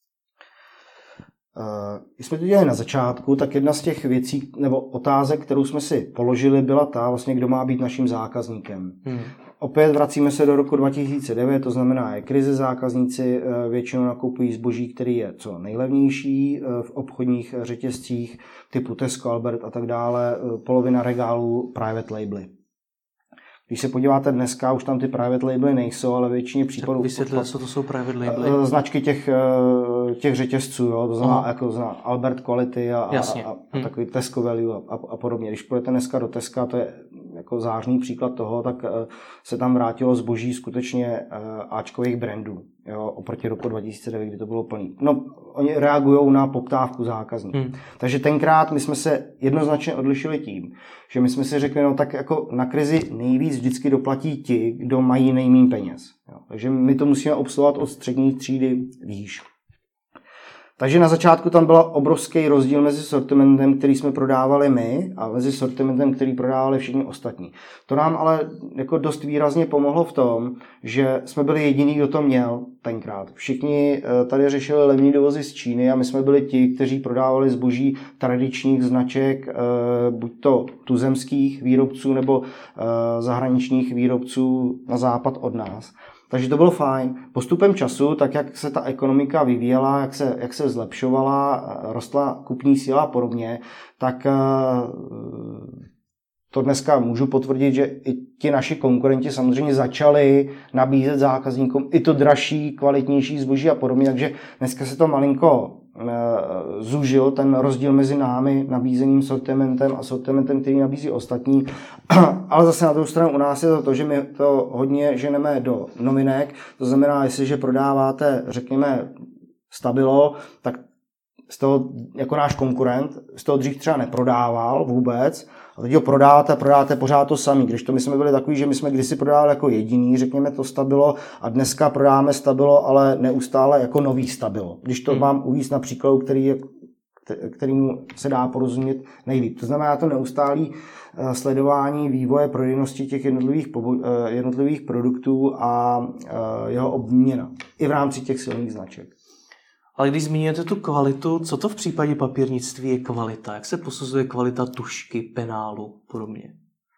Když jsme to dělali na začátku, tak jedna z těch věcí nebo otázek, kterou jsme si položili, byla ta, vlastně, kdo má být naším zákazníkem. Hmm. Opět vracíme se do roku dva tisíce devět, to znamená, je krize, zákazníci většinou nakupují zboží, který je co nejlevnější v obchodních řetězcích typu Tesco, Albert a tak dále, polovina regálů private labely. Když se podíváte dneska, už tam ty private labely nejsou, ale většině případů... Vysvětlete, co to jsou private labely? Značky těch, těch řetězců, jo, to znamená, jako zná Albert Quality a, a, a, a takový Tesco Value a, a podobně. Když půjdete dneska do Teska, to je jako zářný příklad toho, tak se tam vrátilo zboží skutečně áčkových brandů, jo, oproti roku dva tisíce devět, kdy to bylo plný. No, oni reagují na poptávku zákazníků. Hmm. Takže tenkrát my jsme se jednoznačně odlišili tím, že my jsme si řekli, no tak jako na krizi nejvíc vždycky doplatí ti, kdo mají nejméně peněz. Jo. Takže my to musíme obsluhovat od střední třídy výš. Takže na začátku tam byl obrovský rozdíl mezi sortimentem, který jsme prodávali my, a mezi sortimentem, který prodávali všichni ostatní. To nám ale jako dost výrazně pomohlo v tom, že jsme byli jediní, kdo to měl tenkrát. Všichni tady řešili levní dovozy z Číny a my jsme byli ti, kteří prodávali zboží tradičních značek, buď to tuzemských výrobců nebo zahraničních výrobců na západ od nás. Takže to bylo fajn. Postupem času, tak jak se ta ekonomika vyvíjela, jak se, jak se zlepšovala, rostla kupní síla a podobně, tak to dneska můžu potvrdit, že i ti naši konkurenti samozřejmě začali nabízet zákazníkům i to dražší, kvalitnější zboží a podobně, takže dneska se to malinko zúžil ten rozdíl mezi námi, nabízeným sortimentem a sortimentem, který nabízí ostatní. Ale zase na druhou stranu u nás je to to, že my to hodně ženeme do nominek. To znamená, jestliže prodáváte, řekněme, Stabilo, tak z toho jako náš konkurent, z toho dřív třeba neprodával vůbec, a teď ho prodáváte a prodáváte pořád to samý. Když to my jsme byli takový, že my jsme kdysi prodávali jako jediný, řekněme to Stabilo, a dneska prodáváme Stabilo, ale neustále jako nový Stabilo. Když to hmm. mám uvést na příkladu, který je, kterýmu se dá porozumět nejlíp. To znamená to neustálý sledování vývoje prodejnosti těch jednotlivých, jednotlivých produktů a jeho obměna. I v rámci těch silných značek. Ale když zmíníte tu kvalitu, co to v případě papírnictví je kvalita? Jak se posuzuje kvalita tušky, penálu, podobně?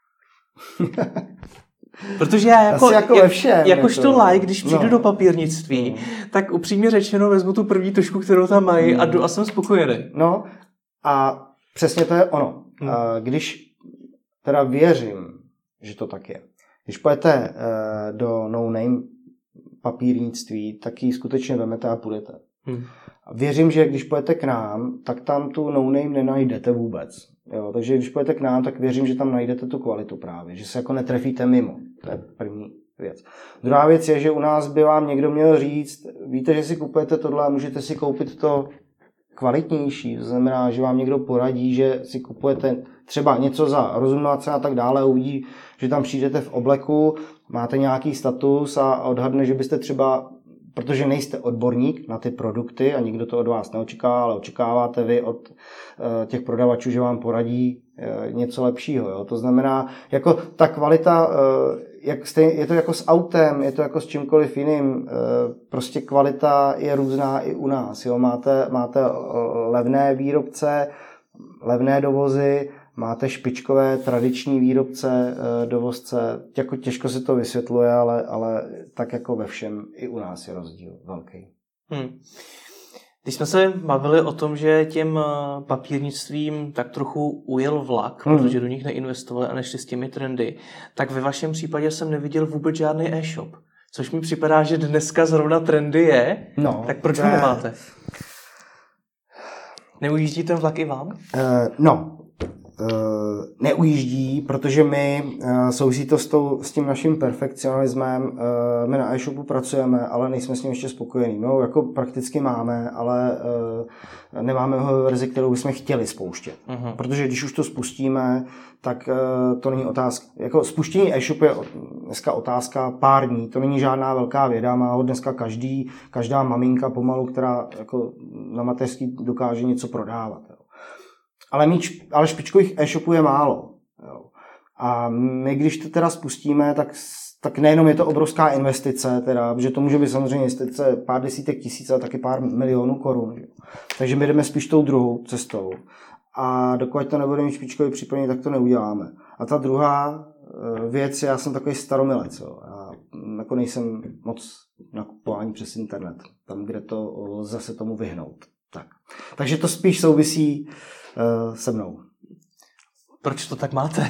Protože já jako, jako jak, všem, jakožto jako, like, když přijdu no. do papírnictví, no. tak upřímně řečeno vezmu tu první tušku, kterou tam mají no. a, jdu, a jsem spokojený. No a přesně to je ono. Hmm. Když teda věřím, že to tak je. Když půjdete do no-name papírnictví, tak ji skutečně vemete a půjdete. Hmm. A věřím, že když půjdete k nám, tak tam tu no-name nenajdete vůbec. Jo, takže když půjdete k nám, tak věřím, že tam najdete tu kvalitu právě, že se jako netrefíte mimo. To je první věc. Druhá věc je, že u nás by vám někdo měl říct, víte, že si kupujete tohle a můžete si koupit to kvalitnější. To znamená, že vám někdo poradí, že si kupujete třeba něco za rozumná cena a tak dále, uvidí, že tam přijdete v obleku, máte nějaký status a odhadne, že byste třeba, protože nejste odborník na ty produkty a nikdo to od vás neočekává, ale očekáváte vy od uh, těch prodavačů, že vám poradí uh, něco lepšího. Jo? To znamená, jako ta kvalita, uh, jak stejně, je to jako s autem, je to jako s čímkoliv jiným, uh, prostě kvalita je různá i u nás. Jo? Máte, máte uh, levné výrobce, levné dovozy, máte špičkové tradiční výrobce, dovozce, jako těžko se to vysvětluje, ale, ale tak jako ve všem i u nás je rozdíl velký. Hmm. Když jsme se bavili o tom, že těm papírnictvím tak trochu ujel vlak, hmm. protože do nich neinvestovali a nešli s těmi trendy, tak ve vašem případě jsem neviděl vůbec žádný e-shop. Což mi připadá, že dneska zrovna trendy je, no, tak proč ho nemáte? Neujíždí ten vlak i vám? Uh, no, neujíždí, protože my souvisí to s, tou, s tím naším perfekcionalismem. My na e-shopu pracujeme, ale nejsme s ním ještě spokojení. My ho jako prakticky máme, ale nemáme ho ve verzi, kterou bychom chtěli spouštět. Uh-huh. Protože když už to spustíme, tak to není otázka. Jako spuštění e-shopu je dneska otázka pár dní. To není žádná velká věda. Má ho dneska každý, každá maminka pomalu, která jako na mateřský dokáže něco prodávat. Ale, mít, ale špičkových e-shopů je málo. Jo. A my, když to teda spustíme, tak, tak nejenom je to obrovská investice, teda, že to může být samozřejmě investice pár desítek tisíc, ale taky pár milionů korun. Jo. Takže my jdeme spíš tou druhou cestou. A dokud to nebude mít špičkový připravený, tak to neuděláme. A ta druhá věc, já jsem takový staromilec. Jo. Já jako nejsem moc na kupování přes internet, tam, kde to lze se tomu vyhnout. Tak. Takže to spíš souvisí uh, se mnou. Proč to tak máte?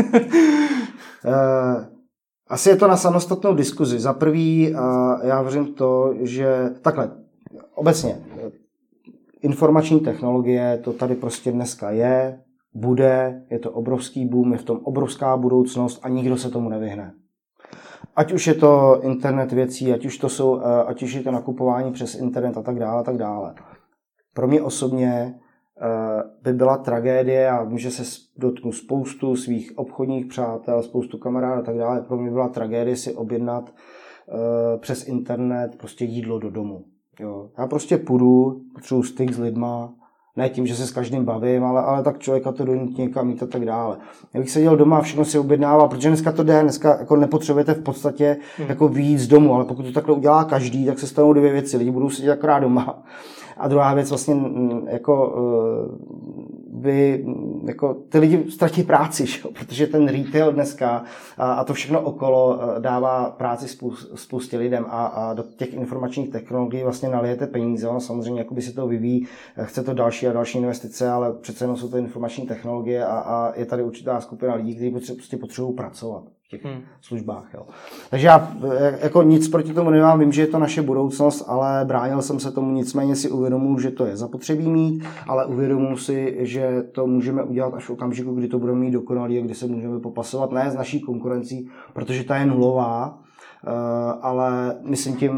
uh, asi je to na samostatnou diskuzi. Za prvý, uh, já věřím to, že takhle, obecně, informační technologie, to tady prostě dneska je, bude, je to obrovský boom, je v tom obrovská budoucnost a nikdo se tomu nevyhne. Ať už je to internet věcí, ať už, to jsou, uh, ať už je to nakupování přes internet a tak dále, a tak dále. Pro mě osobně by byla tragédie a vím, že se dotknu spoustu svých obchodních přátel, spoustu kamarádů a tak dále. Pro mě byla tragédie si objednat přes internet prostě jídlo do domu. Jo. Já prostě půjdu, potřebuji styk s lidma, ne tím, že se s každým bavím, ale, ale tak člověka to donutí někam jít a tak dále. Já bych seděl doma a všechno si objednával, protože dneska to jde, dneska jako nepotřebujete v podstatě hmm. jako vyjít z domu, ale pokud to takhle udělá každý, tak se stanou dvě věci. Lidi budou sedět akorát doma. A druhá věc vlastně jako vy, jako ty lidi ztratí práci, že? Protože ten retail dneska a, a to všechno okolo dává práci spoustě lidem a, a do těch informačních technologií vlastně nalijete peníze. Ono samozřejmě jakoby se to vyvíjí, chce to další a další investice, ale přece jenom jsou to informační technologie a, a je tady určitá skupina lidí, kteří prostě potřebují pracovat v těch hmm. službách. Jo. Takže já jako nic proti tomu nemám, vím, že je to naše budoucnost, ale bránil jsem se tomu, nicméně si uvědomuji, že to je zapotřebí mít, ale uvědomuji si, že to můžeme udělat až v okamžiku, kdy to budeme mít dokonalý a kdy se můžeme popasovat ne s naší konkurencí, protože ta je nulová, ale myslím tím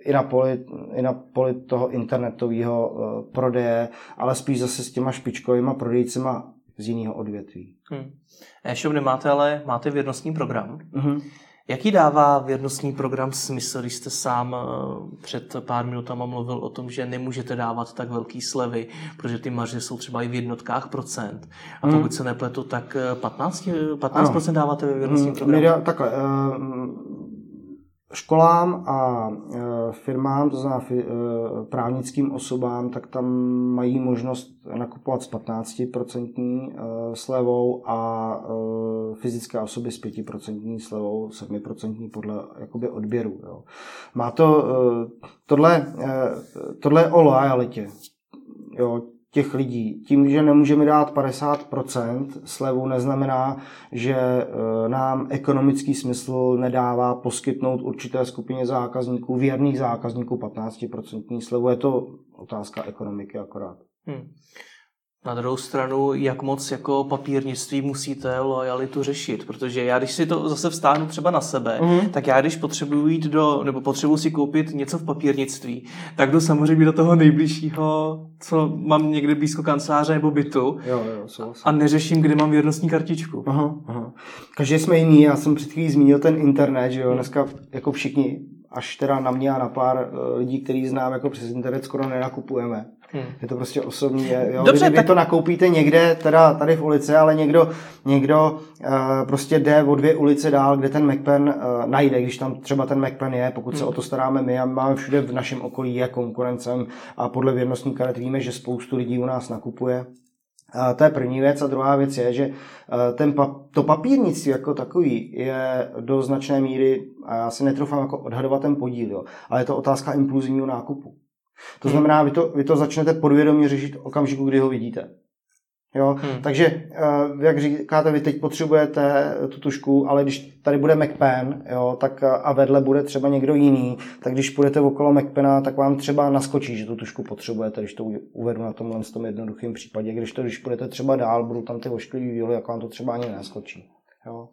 i na poli, i na poli toho internetového uh, prodeje, ale spíš zase s těma špičkovýma prodejcima z jiného odvětví. Hmm. E-shop nemáte, ale máte věrnostní program. Uh-huh. Jaký dává věrnostní program smysl, když jste sám před pár minutama mluvil o tom, že nemůžete dávat tak velký slevy, protože ty marže jsou třeba i v jednotkách procent. A pokud hmm. se nepletu, tak patnáct procent dáváte ve věrnostním programu? Dá, takhle. Školám a firmám, to znamená právnickým osobám, tak tam mají možnost nakupovat s patnáct procent slevou a fyzické osoby s pět procent slevou, sedm procent podle jakoby odběru. Jo. Má to, tohle, tohle je o lojalitě. Jo, těch lidí. Tím, že nemůžeme dát padesát procent slevu, neznamená, že nám ekonomický smysl nedává poskytnout určité skupině zákazníků, věrných zákazníků patnáct procent slevu. Je to otázka ekonomiky akorát. Hmm. Na druhou stranu, jak moc jako papírnictví musíte lojalitu řešit, protože já, když si to zase vztáhnu třeba na sebe, mm. tak já, když potřebuji jít do, nebo potřebuji si koupit něco v papírnictví, tak jdu samozřejmě do toho nejbližšího, co mám někde blízko kanceláře nebo bytu jo, jo, a neřeším, kde mám věrnostní kartičku. Aha, aha. Každý jsme jiný, já jsem před chvílí zmínil ten internet, že jo, dneska jako všichni, až teda na mě a na pár lidí, který znám jako přes internet, skoro nenakupujeme. Hmm. Je to prostě osobní. Jo? Dobře, vy, tak... vy to nakoupíte někde, teda tady v ulici, ale někdo, někdo uh, prostě jde o dvě ulice dál, kde ten McPen uh, najde, když tam třeba ten McPen je, pokud hmm. se o to staráme my a máme všude v našem okolí je konkurencem a podle věrnostní karet víme, že spoustu lidí u nás nakupuje. Uh, to je první věc a druhá věc je, že uh, ten pa- to papírnictví jako takový je do značné míry, a já si netroufám jako odhadovat ten podíl, jo, ale je to otázka impulzivního nákupu. To znamená, vy to, vy to začnete podvědomě řešit okamžiku, kdy ho vidíte. Jo? Hmm. Takže, jak říkáte, vy teď potřebujete tu tušku, ale když tady bude McPen, jo, tak a vedle bude třeba někdo jiný, tak když půjdete okolo McPena, tak vám třeba naskočí, že tu tušku potřebujete, když to uvedu na tomhle tom jednoduchém případě. Když to, když půjdete třeba dál, budou tam ty ošklivý výjoly, jak vám to třeba ani nenaskočí. Jo?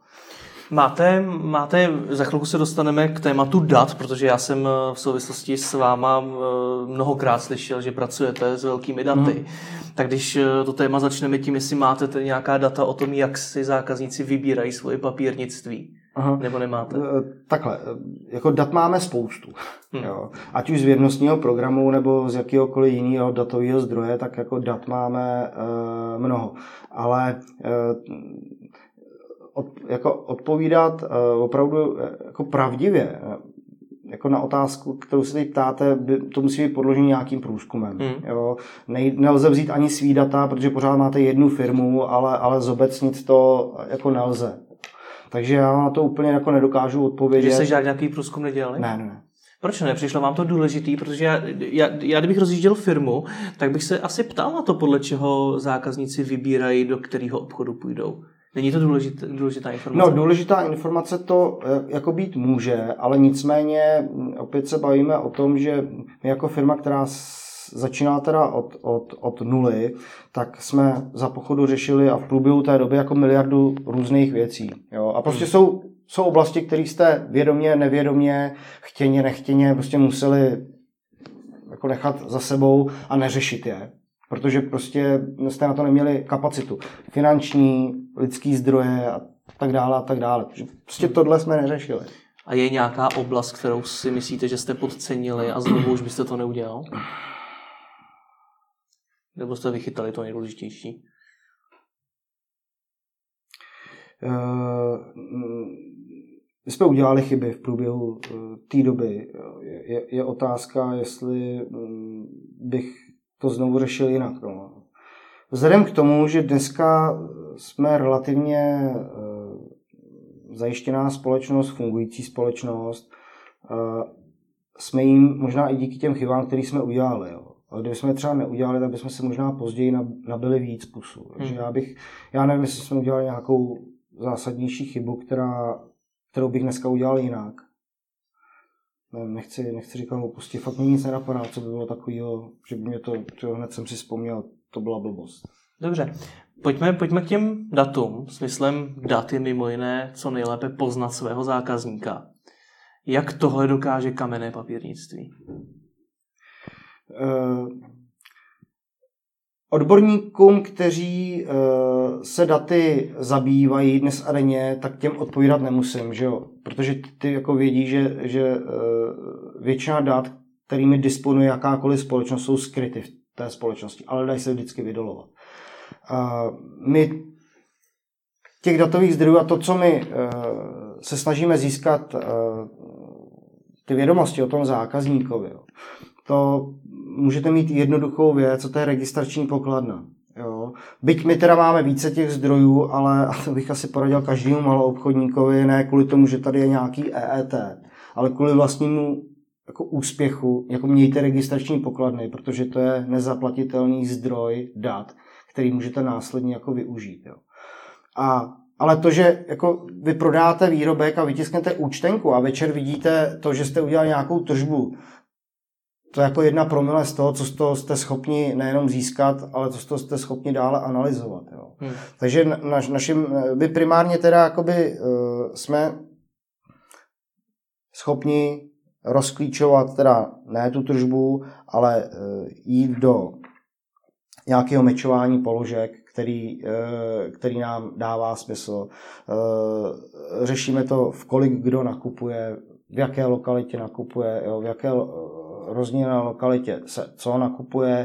Máte, máte, za chvilku se dostaneme k tématu dat, protože já jsem v souvislosti s váma mnohokrát slyšel, že pracujete s velkými daty. Mm. Tak když to téma začneme tím, jestli máte nějaká data o tom, jak si zákazníci vybírají svoje papírnictví, aha. nebo nemáte? Takhle, jako dat máme spoustu. Hmm. Jo. Ať už z věrnostního programu nebo z jakéhokoliv jiného datového zdroje, tak jako dat máme uh, mnoho. Ale uh, Od, jako odpovídat uh, opravdu jako pravdivě jako na otázku, kterou se teď ptáte, by, to musí být podložené nějakým průzkumem. Hmm. Jo. Nej, nelze vzít ani svý data, protože pořád máte jednu firmu, ale, ale zobecnit to jako nelze. Takže já na to úplně jako nedokážu odpovědět. Takže jste žádný nějaký průzkum nedělali? Ne, ne, ne. Proč ne? Přišlo vám to důležitý, protože já, já, já kdybych rozjížděl firmu, tak bych se asi ptal na to, podle čeho zákazníci vybírají, do kterého obchodu půjdou. Není to důležitá, důležitá informace? No, důležitá informace to jako být může, ale nicméně opět se bavíme o tom, že my jako firma, která začíná teda od, od, od nuly, tak jsme za pochodu řešili a v průběhu té doby jako miliardu různých věcí. Jo? A prostě hmm. jsou, jsou oblasti, které jste vědomě, nevědomě, chtěně, nechtěně prostě museli jako nechat za sebou a neřešit je. Protože prostě jste na to neměli kapacitu. Finanční, lidský zdroje a tak dále a tak dále. Prostě tohle jsme neřešili. A je nějaká oblast, kterou si myslíte, že jste podcenili a znovu už byste to neudělal? Nebo jste vychytali to nejdůležitější? Uh, my jsme udělali chyby v průběhu té doby. Je, je otázka, jestli bych to znovu řešil jinak. No. Vzhledem k tomu, že dneska jsme relativně uh, zajištěná společnost, fungující společnost, uh, jsme jim možná i díky těm chybám, které jsme udělali. Jo. Ale kdybychom je třeba neudělali, tak bychom se možná později nabili víc pusu. Hmm. Takže já bych, já nevím, jestli jsme udělali nějakou zásadnější chybu, která, kterou bych dneska udělal jinak. Nechci, nechci říkat hlouposti, fakt mě nic nenapadá, co by bylo takového, že by mě to, to hned jsem si vzpomněl, to byla blbost. Dobře, pojďme, pojďme k těm datům. Smyslem dat je mimo jiné co nejlépe poznat svého zákazníka. Jak tohle dokáže kamenné papírnictví? Uh, odborníkům, kteří uh, se daty zabývají dnes a denně, tak těm odpovídat nemusím, že jo? Protože ty jako vědí, že, že uh, většina dat, kterými disponuje jakákoliv společnost, jsou skryty v té společnosti, ale dají se vždycky vydolovat. Uh, my těch datových zdrojů a to, co my uh, se snažíme získat uh, ty vědomosti o tom zákazníkovi, jo, to můžete mít jednoduchou věc, co to je registrační pokladna. Jo. Byť my teda máme více těch zdrojů, ale a to bych asi poradil každému maloobchodníkovi, ne kvůli tomu, že tady je nějaký E E T, ale kvůli vlastnímu jako úspěchu, jako mějte registrační pokladny, protože to je nezaplatitelný zdroj dat, který můžete následně jako využít. Jo. A, ale to, že jako vy prodáte výrobek a vytisknete účtenku a večer vidíte to, že jste udělali nějakou tržbu, to je jako jedna promile z toho, co z toho jste schopni nejenom získat, ale co z toho jste schopni dále analyzovat. Jo. Hmm. Takže naš, našim, my primárně teda jakoby, uh, jsme schopni rozklíčovat teda ne tu tržbu, ale uh, jít do nějakého mečování položek, který, uh, který nám dává smysl. Uh, řešíme to, v kolik kdo nakupuje, v jaké lokalitě nakupuje, jo, v jaké rozdílné lokalitě se co nakupuje.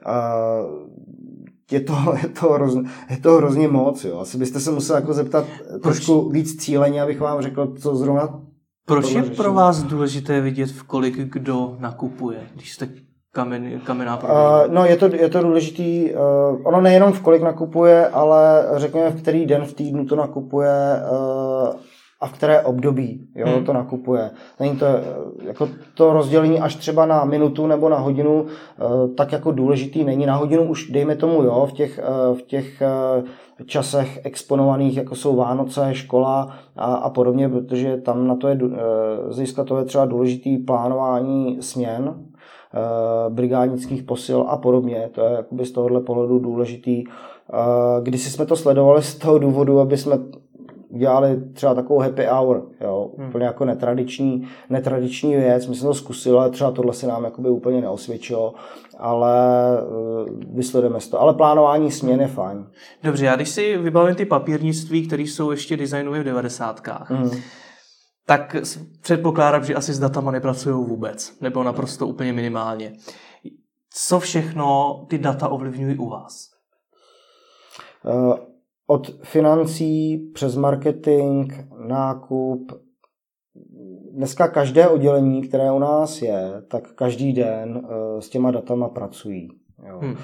Je to, je to, hrozně, je to hrozně moc. Jo. Asi byste se museli jako zeptat Proč? trošku víc cíleně, abych vám řekl, co zrovna. Proč je pro vás důležité vidět, v kolik kdo nakupuje, když jste kamen, kamenná prodejna? Uh, no je to, je to důležitý. Uh, ono nejenom v kolik nakupuje, ale řekněme, v který den v týdnu to nakupuje uh, a v které období jo, hmm. to nakupuje. Není to jako to rozdělení až třeba na minutu nebo na hodinu, tak jako důležitý není. Na hodinu už dejme tomu, jo, v těch, v těch časech exponovaných, jako jsou Vánoce, škola a, a podobně, protože tam na to je, z hlediska toho je třeba důležitý plánování směn, brigádnických posil a podobně. To je jakoby z tohohle pohledu důležitý. Kdysi jsme to sledovali z toho důvodu, aby jsme dělali třeba takovou happy hour, jo, hmm. úplně jako netradiční, netradiční věc, my jsme to zkusili, ale třeba tohle se nám jakoby úplně neosvědčilo, ale vysledujeme to. Ale plánování směn je fajn. Dobře, já když si vybavím ty papírnictví, které jsou ještě designové v devadesátkách, hmm. tak předpokládám, že asi s datama nepracují vůbec, nebo naprosto úplně minimálně. Co všechno ty data ovlivňují u vás? Uh, Od financí přes marketing, nákup. Dneska každé oddělení, které u nás je, tak každý den uh, s těma datama pracují. Jo. Hmm. Uh,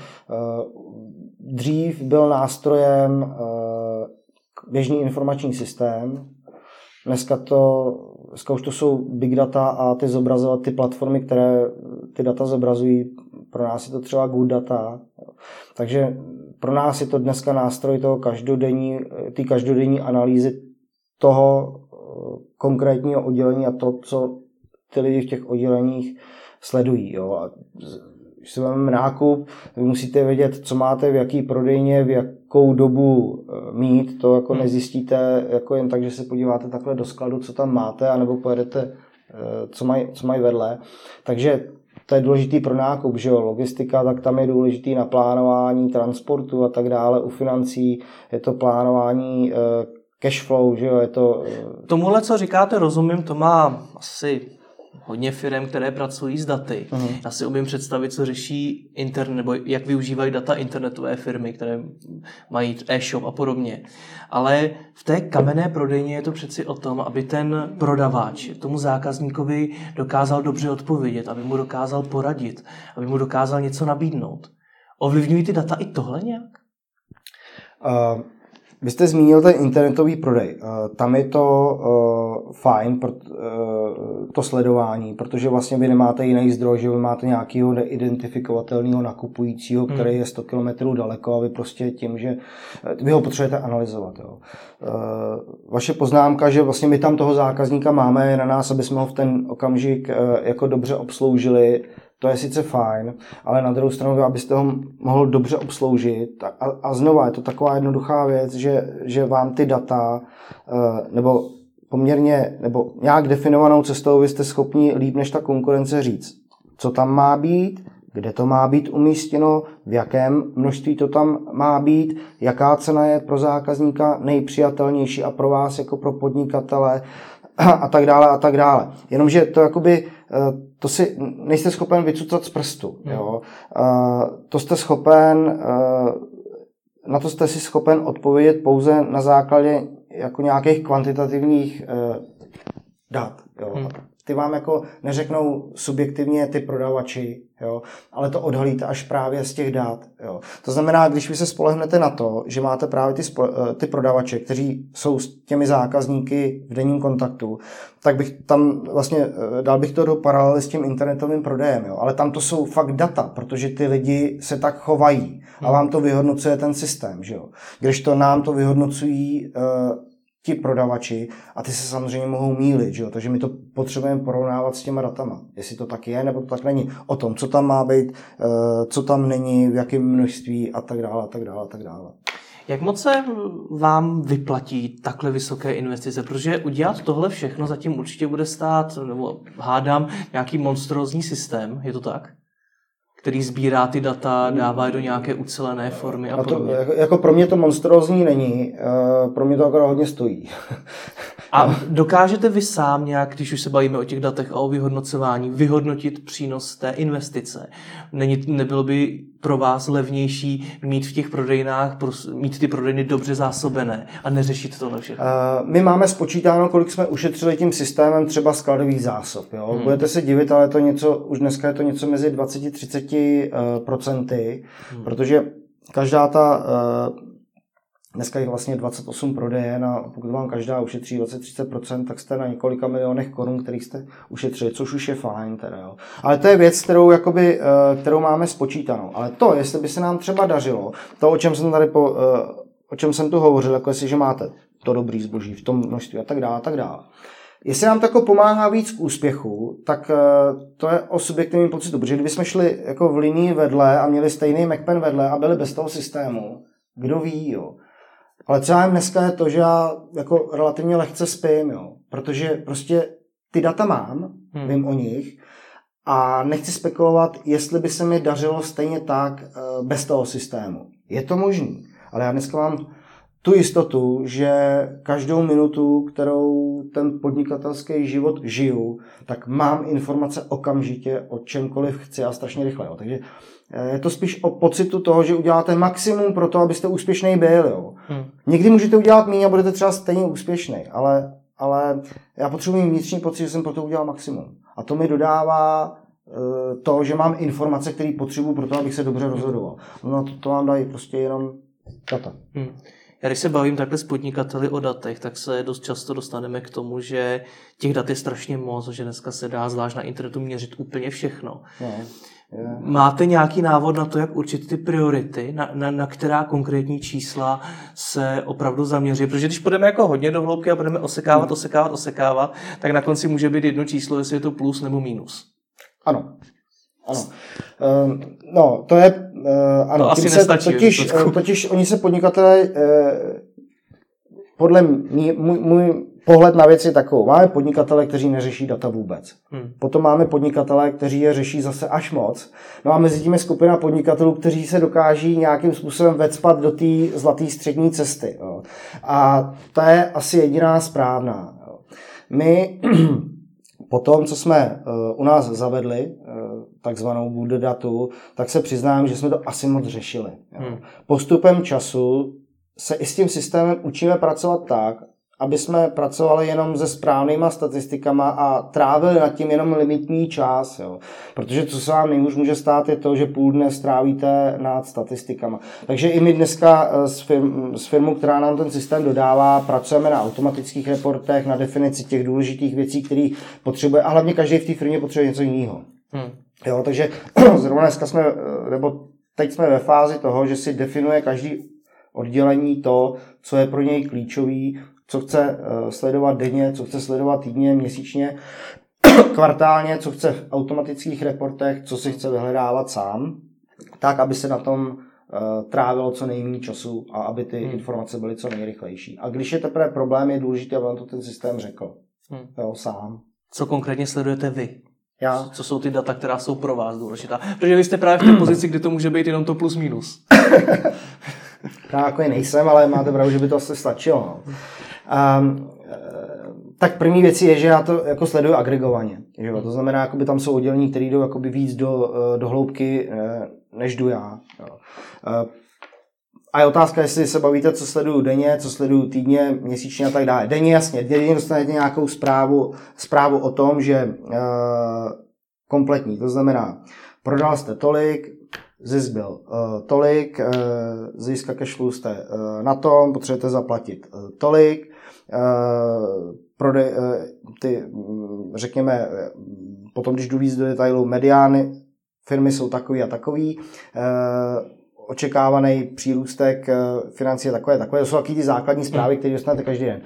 dřív byl nástrojem uh, běžný informační systém. Dneska, to, dneska už to jsou big data a ty zobrazovat ty platformy, které ty data zobrazují. Pro nás je to třeba good data. Takže pro nás je to dneska nástroj toho každodenní, ty každodenní analýzy toho konkrétního oddělení a to, co ty lidi v těch odděleních sledují. Jo. A když si máme nákup, vy musíte vědět, co máte, v jaký prodejně, v jakou dobu mít. To jako nezjistíte jako jen tak, že se podíváte takhle do skladu, co tam máte, anebo pojedete, co mají, co mají vedle. Takže to je důležitý pro nákup, že jo, logistika, tak tam je důležitý na plánování transportu a tak dále, u financí je to plánování e, cash flow, že jo, je to... E... Tomuhle, co říkáte, rozumím, to má asi hodně firem, které pracují s daty. Uh-huh. Já si umím představit, co řeší internet, nebo jak využívají data internetové firmy, které mají e-shop a podobně. Ale v té kamenné prodejně je to přeci o tom, aby ten prodavač tomu zákazníkovi dokázal dobře odpovědět, aby mu dokázal poradit, aby mu dokázal něco nabídnout. Ovlivňují ty data i tohle nějak? Uh... Vy jste zmínil ten internetový prodej. Tam je to uh, fajn, pro, uh, to sledování, protože vlastně vy nemáte jiný zdroj, že vy máte nějakého neidentifikovatelného nakupujícího, který hmm. je sto kilometrů daleko a vy prostě tím, že vy ho potřebujete analyzovat. Jo. Uh, vaše poznámka, že vlastně my tam toho zákazníka máme, je na nás, aby jsme ho v ten okamžik uh, jako dobře obsloužili. To je sice fajn, ale na druhou stranu, abyste ho mohl dobře obsloužit. A, a znova je to taková jednoduchá věc, že, že vám ty data, nebo poměrně, nebo nějak definovanou cestou vy jste schopni líp než ta konkurence říct, co tam má být, kde to má být umístěno, v jakém množství to tam má být, jaká cena je pro zákazníka nejpřijatelnější a pro vás jako pro podnikatele a tak dále a tak dále. Jenomže to jakoby, to si nejste schopen vycucat z prstu. Jo? To jste schopen, na to jste si schopen odpovědět pouze na základě jako nějakých kvantitativních dat. Jo? Hmm. Ty vám jako neřeknou subjektivně ty prodavači, jo, ale to odhalíte až právě z těch dat. Jo. To znamená, když vy se spolehnete na to, že máte právě ty, spole- ty prodavače, kteří jsou s těmi zákazníky v denním kontaktu, tak bych tam vlastně, dal bych to do paralely s tím internetovým prodejem, jo. Ale tam to jsou fakt data, protože ty lidi se tak chovají a vám to vyhodnocuje ten systém, že jo. Když to nám to vyhodnocují uh, ti prodavači a ty se samozřejmě mohou mýlit, že jo? Takže my to potřebujeme porovnávat s těma datama. Jestli to tak je, nebo to tak není. O tom, co tam má být, co tam není, v jakém množství a tak dále, a tak dále, a tak dále. Jak moc se vám vyplatí takhle vysoké investice? Protože udělat tohle všechno zatím určitě bude stát, nebo hádám, nějaký monstrózní systém, je to tak? Který sbírá ty data, dává je do nějaké ucelené formy a, a to, jako, jako pro mě to monstrózní není, pro mě to akorát hodně stojí. A dokážete vy sám nějak, když už se bavíme o těch datech a o vyhodnocování, vyhodnotit přínos té investice? Není, nebylo by pro vás levnější mít v těch prodejnách, mít ty prodejny dobře zásobené a neřešit tohle všechno? Uh, my máme spočítáno, kolik jsme ušetřili tím systémem třeba skladových zásob. Jo? Hmm. Budete se divit, ale to něco, už dneska je to něco mezi dvacet až třicet procenty, hmm. protože každá ta, uh, dneska je vlastně dvacet osm prodejen a pokud vám každá ušetří dvacet až třicet procent, tak jste na několika milionech korun, kterých jste ušetřili, což už je fajn. Teda, jo. Ale to je věc, kterou, jakoby, kterou máme spočítanou. Ale to, jestli by se nám třeba dařilo, to, o čem jsem tady po, o čem jsem tu hovořil, jako jestli, že máte to dobrý zboží v tom množství a tak dále, a tak dále. Jestli nám to jako pomáhá víc k úspěchu, tak to je o subjektivním pocitu, protože kdybychom šli jako v linii vedle a měli stejný MacPen vedle a byli bez toho systému, kdo ví, jo. Ale třeba dneska je to, že já jako relativně lehce spím, jo, protože prostě ty data mám, hmm. vím o nich a nechci spekulovat, jestli by se mi dařilo stejně tak bez toho systému. Je to možný, ale já dneska mám tu jistotu, že každou minutu, kterou ten podnikatelský život žiju, tak mám informace okamžitě o čemkoliv chci a strašně rychle. Jo. Takže je to spíš o pocitu toho, že uděláte maximum pro to, abyste úspěšný byl. Jo. Hmm. Někdy můžete udělat méně a budete třeba stejně úspěšný, ale, ale já potřebuji vnitřní pocit, že jsem pro to udělal maximum. A to mi dodává to, že mám informace, které potřebuji pro to, abych se dobře rozhodoval. No to, to vám dají prostě jenom data. Hmm. Já když se bavím takhle s podnikateli o datech, tak se dost často dostaneme k tomu, že těch dat je strašně moc, že dneska se dá zvlášť na internetu měřit úplně všechno. No, je. Máte nějaký návod na to, jak určit ty priority, na, na, na která konkrétní čísla se opravdu zaměří? Protože když půjdeme jako hodně do hloubky a budeme osekávat, no. osekávat, osekávat, tak na konci může být jedno číslo, jestli je to plus nebo minus. Ano. Ano. Uh, no, to je... Uh, ano, to asi se, nestačí. Totiž, uh, totiž oni se podnikatelé, uh, podle mě, můj, můj pohled na věc je takovou. Máme podnikatele, kteří neřeší data vůbec. Hmm. Potom máme podnikatele, kteří je řeší zase až moc. No a mezi tím je skupina podnikatelů, kteří se dokáží nějakým způsobem vecpat do té zlaté střední cesty. Jo. A ta je asi jediná správná. Jo. My... Po tom, co jsme uh, u nás zavedli, uh, takzvanou Bude datu, tak se přiznám, že jsme to asi moc řešili. Hmm. Postupem času se i s tím systémem učíme pracovat tak, aby jsme pracovali jenom se správnýma statistikama a trávili nad tím jenom limitní čas. Jo. Protože co se vám nejhůř může stát je to, že půl dne strávíte nad statistikama. Takže i my dneska s, firm, s firmou, která nám ten systém dodává, pracujeme na automatických reportech, na definici těch důležitých věcí, které potřebuje, a hlavně každý v té firmě potřebuje něco jiného. Hmm. Jo, takže zrovna dneska jsme, nebo teď jsme ve fázi toho, že si definuje každý oddělení to, co je pro něj klíčový, co chce sledovat denně, co chce sledovat týdně, měsíčně, kvartálně, co chce v automatických reportech, co si chce vyhledávat sám, tak, aby se na tom trávilo co nejméně času a aby ty hmm. informace byly co nejrychlejší. A když je teprve problém, je důležité, aby vám to ten systém řekl. Hmm. Jo, sám. Co konkrétně sledujete vy? Já. Co jsou ty data, která jsou pro vás důležitá? Protože vy jste právě v té pozici, kdy to může být jenom to plus minus. Já jako nejsem, ale máte pravdu, že by to asi stačilo. No. Um, tak první věc je, že já to jako sleduju agregovaně. Že? To znamená, jakoby tam jsou oddělení, které jdou jakoby víc do, do hloubky, než jdu já. Jo. A je otázka, jestli se bavíte, co sleduju denně, co sleduju týdně, měsíčně a tak dále. Denně jasně, denně dostanete nějakou zprávu, zprávu o tom, že uh, kompletní, to znamená, prodal jste tolik, zisk byl uh, tolik, uh, zisk cashflow jste uh, na tom, potřebujete zaplatit uh, tolik, uh, prodej, uh, ty, řekněme, potom, když jdu víc do detailu, mediány firmy jsou takový a takový, uh, očekávaný přírůstek financí je takové, takové. To jsou taky ty základní zprávy, které dostanete každý den.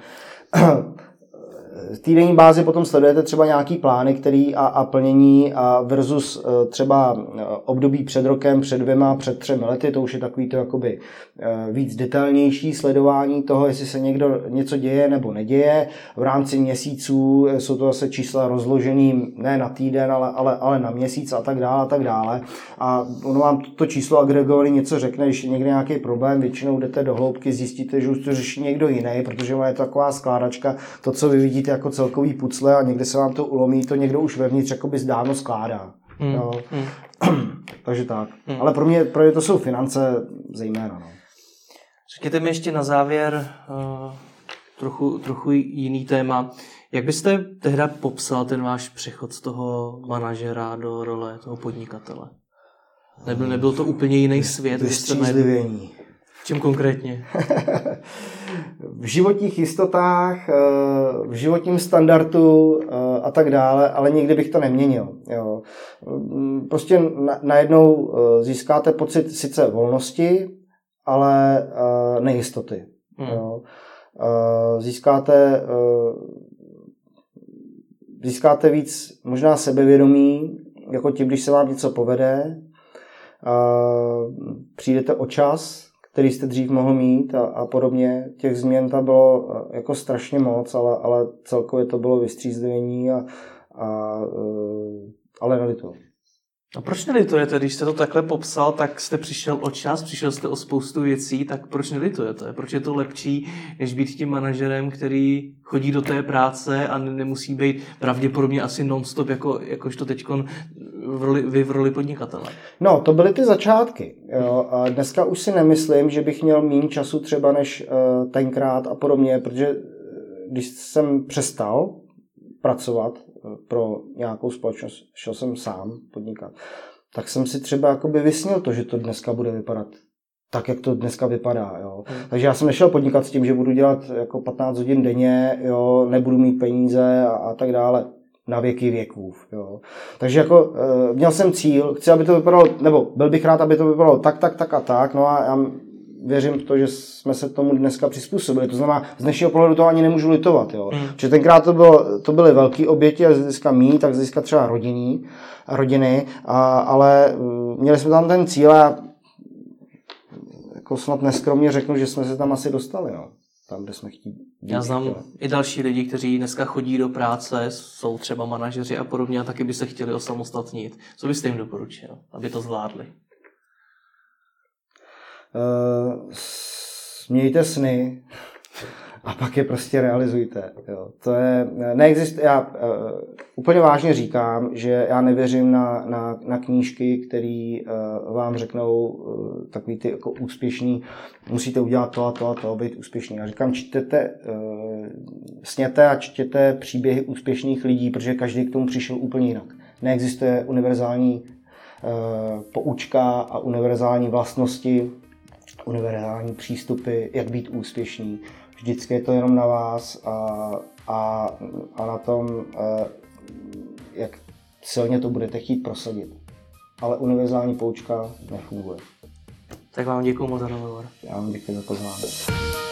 V týdenní bázi potom sledujete třeba nějaký plány, který a, a plnění a versus třeba období před rokem, před dvěma, před třemi lety. To už je takový to jakoby víc detailnější sledování toho, jestli se někdo něco děje nebo neděje. V rámci měsíců jsou to zase čísla rozložený ne na týden, ale, ale, ale na měsíc a tak dále a tak dále. A ono vám to číslo agregovaný něco řekne, když je někde nějaký problém, většinou jdete do hloubky, zjistíte, že už to řeší někdo jiný, protože je to taková skládačka, to, co vy vidíte jako celkový pucle a někde se vám to ulomí, to někdo už vevnitř jakoby dávno skládá. Mm, jo. Mm. Takže tak. Mm. Ale pro mě, pro mě to jsou finance zejména. No. Řekněte mi ještě na závěr uh, trochu, trochu jiný téma. Jak byste tehda popsal ten váš přechod z toho manažera do role toho podnikatele? Nebyl, nebyl to úplně jiný svět? Vystřízlivění. Čím konkrétně? V životních jistotách, v životním standardu a tak dále, ale nikdy bych to neměnil. Jo. Prostě najednou získáte pocit sice volnosti, ale nejistoty. Hmm. Jo. Získáte, získáte víc možná sebevědomí, jako tím, když se vám něco povede, přijdete o čas, který jste dřív mohl mít a, a podobně. Těch změn tam bylo jako strašně moc, ale, ale celkově to bylo vystřízlivění, a, a, ale nelituju. A proč nelitujete? Když jste to takhle popsal, tak jste přišel o čas, přišel jste o spoustu věcí, tak proč nelitujete? Proč je to lepší, než být tím manažerem, který chodí do té práce a nemusí být pravděpodobně asi non-stop, jako, jakož to teďkon v roli, vy v roli podnikatele? No, to byly ty začátky. Jo. A dneska už si nemyslím, že bych měl méně času třeba než uh, tenkrát a podobně, protože když jsem přestal pracovat pro nějakou společnost, šel jsem sám podnikat, tak jsem si třeba jakoby vysnil to, že to dneska bude vypadat tak, jak to dneska vypadá. Jo. Hmm. Takže já jsem nešel podnikat s tím, že budu dělat jako patnáct hodin denně, jo, nebudu mít peníze a, a tak dále na věky věků. Jo. Takže jako e, měl jsem cíl, chci, aby to vypadalo, nebo byl bych rád, aby to vypadalo tak, tak, tak a tak, no a já věřím v to, že jsme se tomu dneska přizpůsobili. To znamená, z dnešního pohledu toho ani nemůžu litovat. Jo. Mm. Že tenkrát to, bylo, to byly velké oběti a z hlediska mý, tak z hlediska třeba rodiny, rodiny a, ale měli jsme tam ten cíl a jako snad neskromně řeknu, že jsme se tam asi dostali. Jo. Tam, kde jsme chtěli. Já znám chtěli. I další lidi, kteří dneska chodí do práce, jsou třeba manažeři a podobně a taky by se chtěli osamostatnit. Co byste jim doporučil, aby to zvládli? Uh, mějte sny a pak je prostě realizujte. Jo. To je, neexistuje, já uh, úplně vážně říkám, že já nevěřím na, na, na knížky, které uh, vám řeknou uh, takový ty jako úspěšný, musíte udělat to a to a to, být úspěšný. Já říkám, čtěte, uh, sněte a čtěte příběhy úspěšných lidí, protože každý k tomu přišel úplně jinak. Neexistuje univerzální uh, poučka a univerzální vlastnosti, univerzální přístupy, jak být úspěšný. Vždycky je to jenom na vás a, a, a na tom, jak silně to budete chtít prosadit. Ale univerzální poučka nefunguje. Tak vám děkuji moc za rozhovor. Já vám děkuji za pozvání.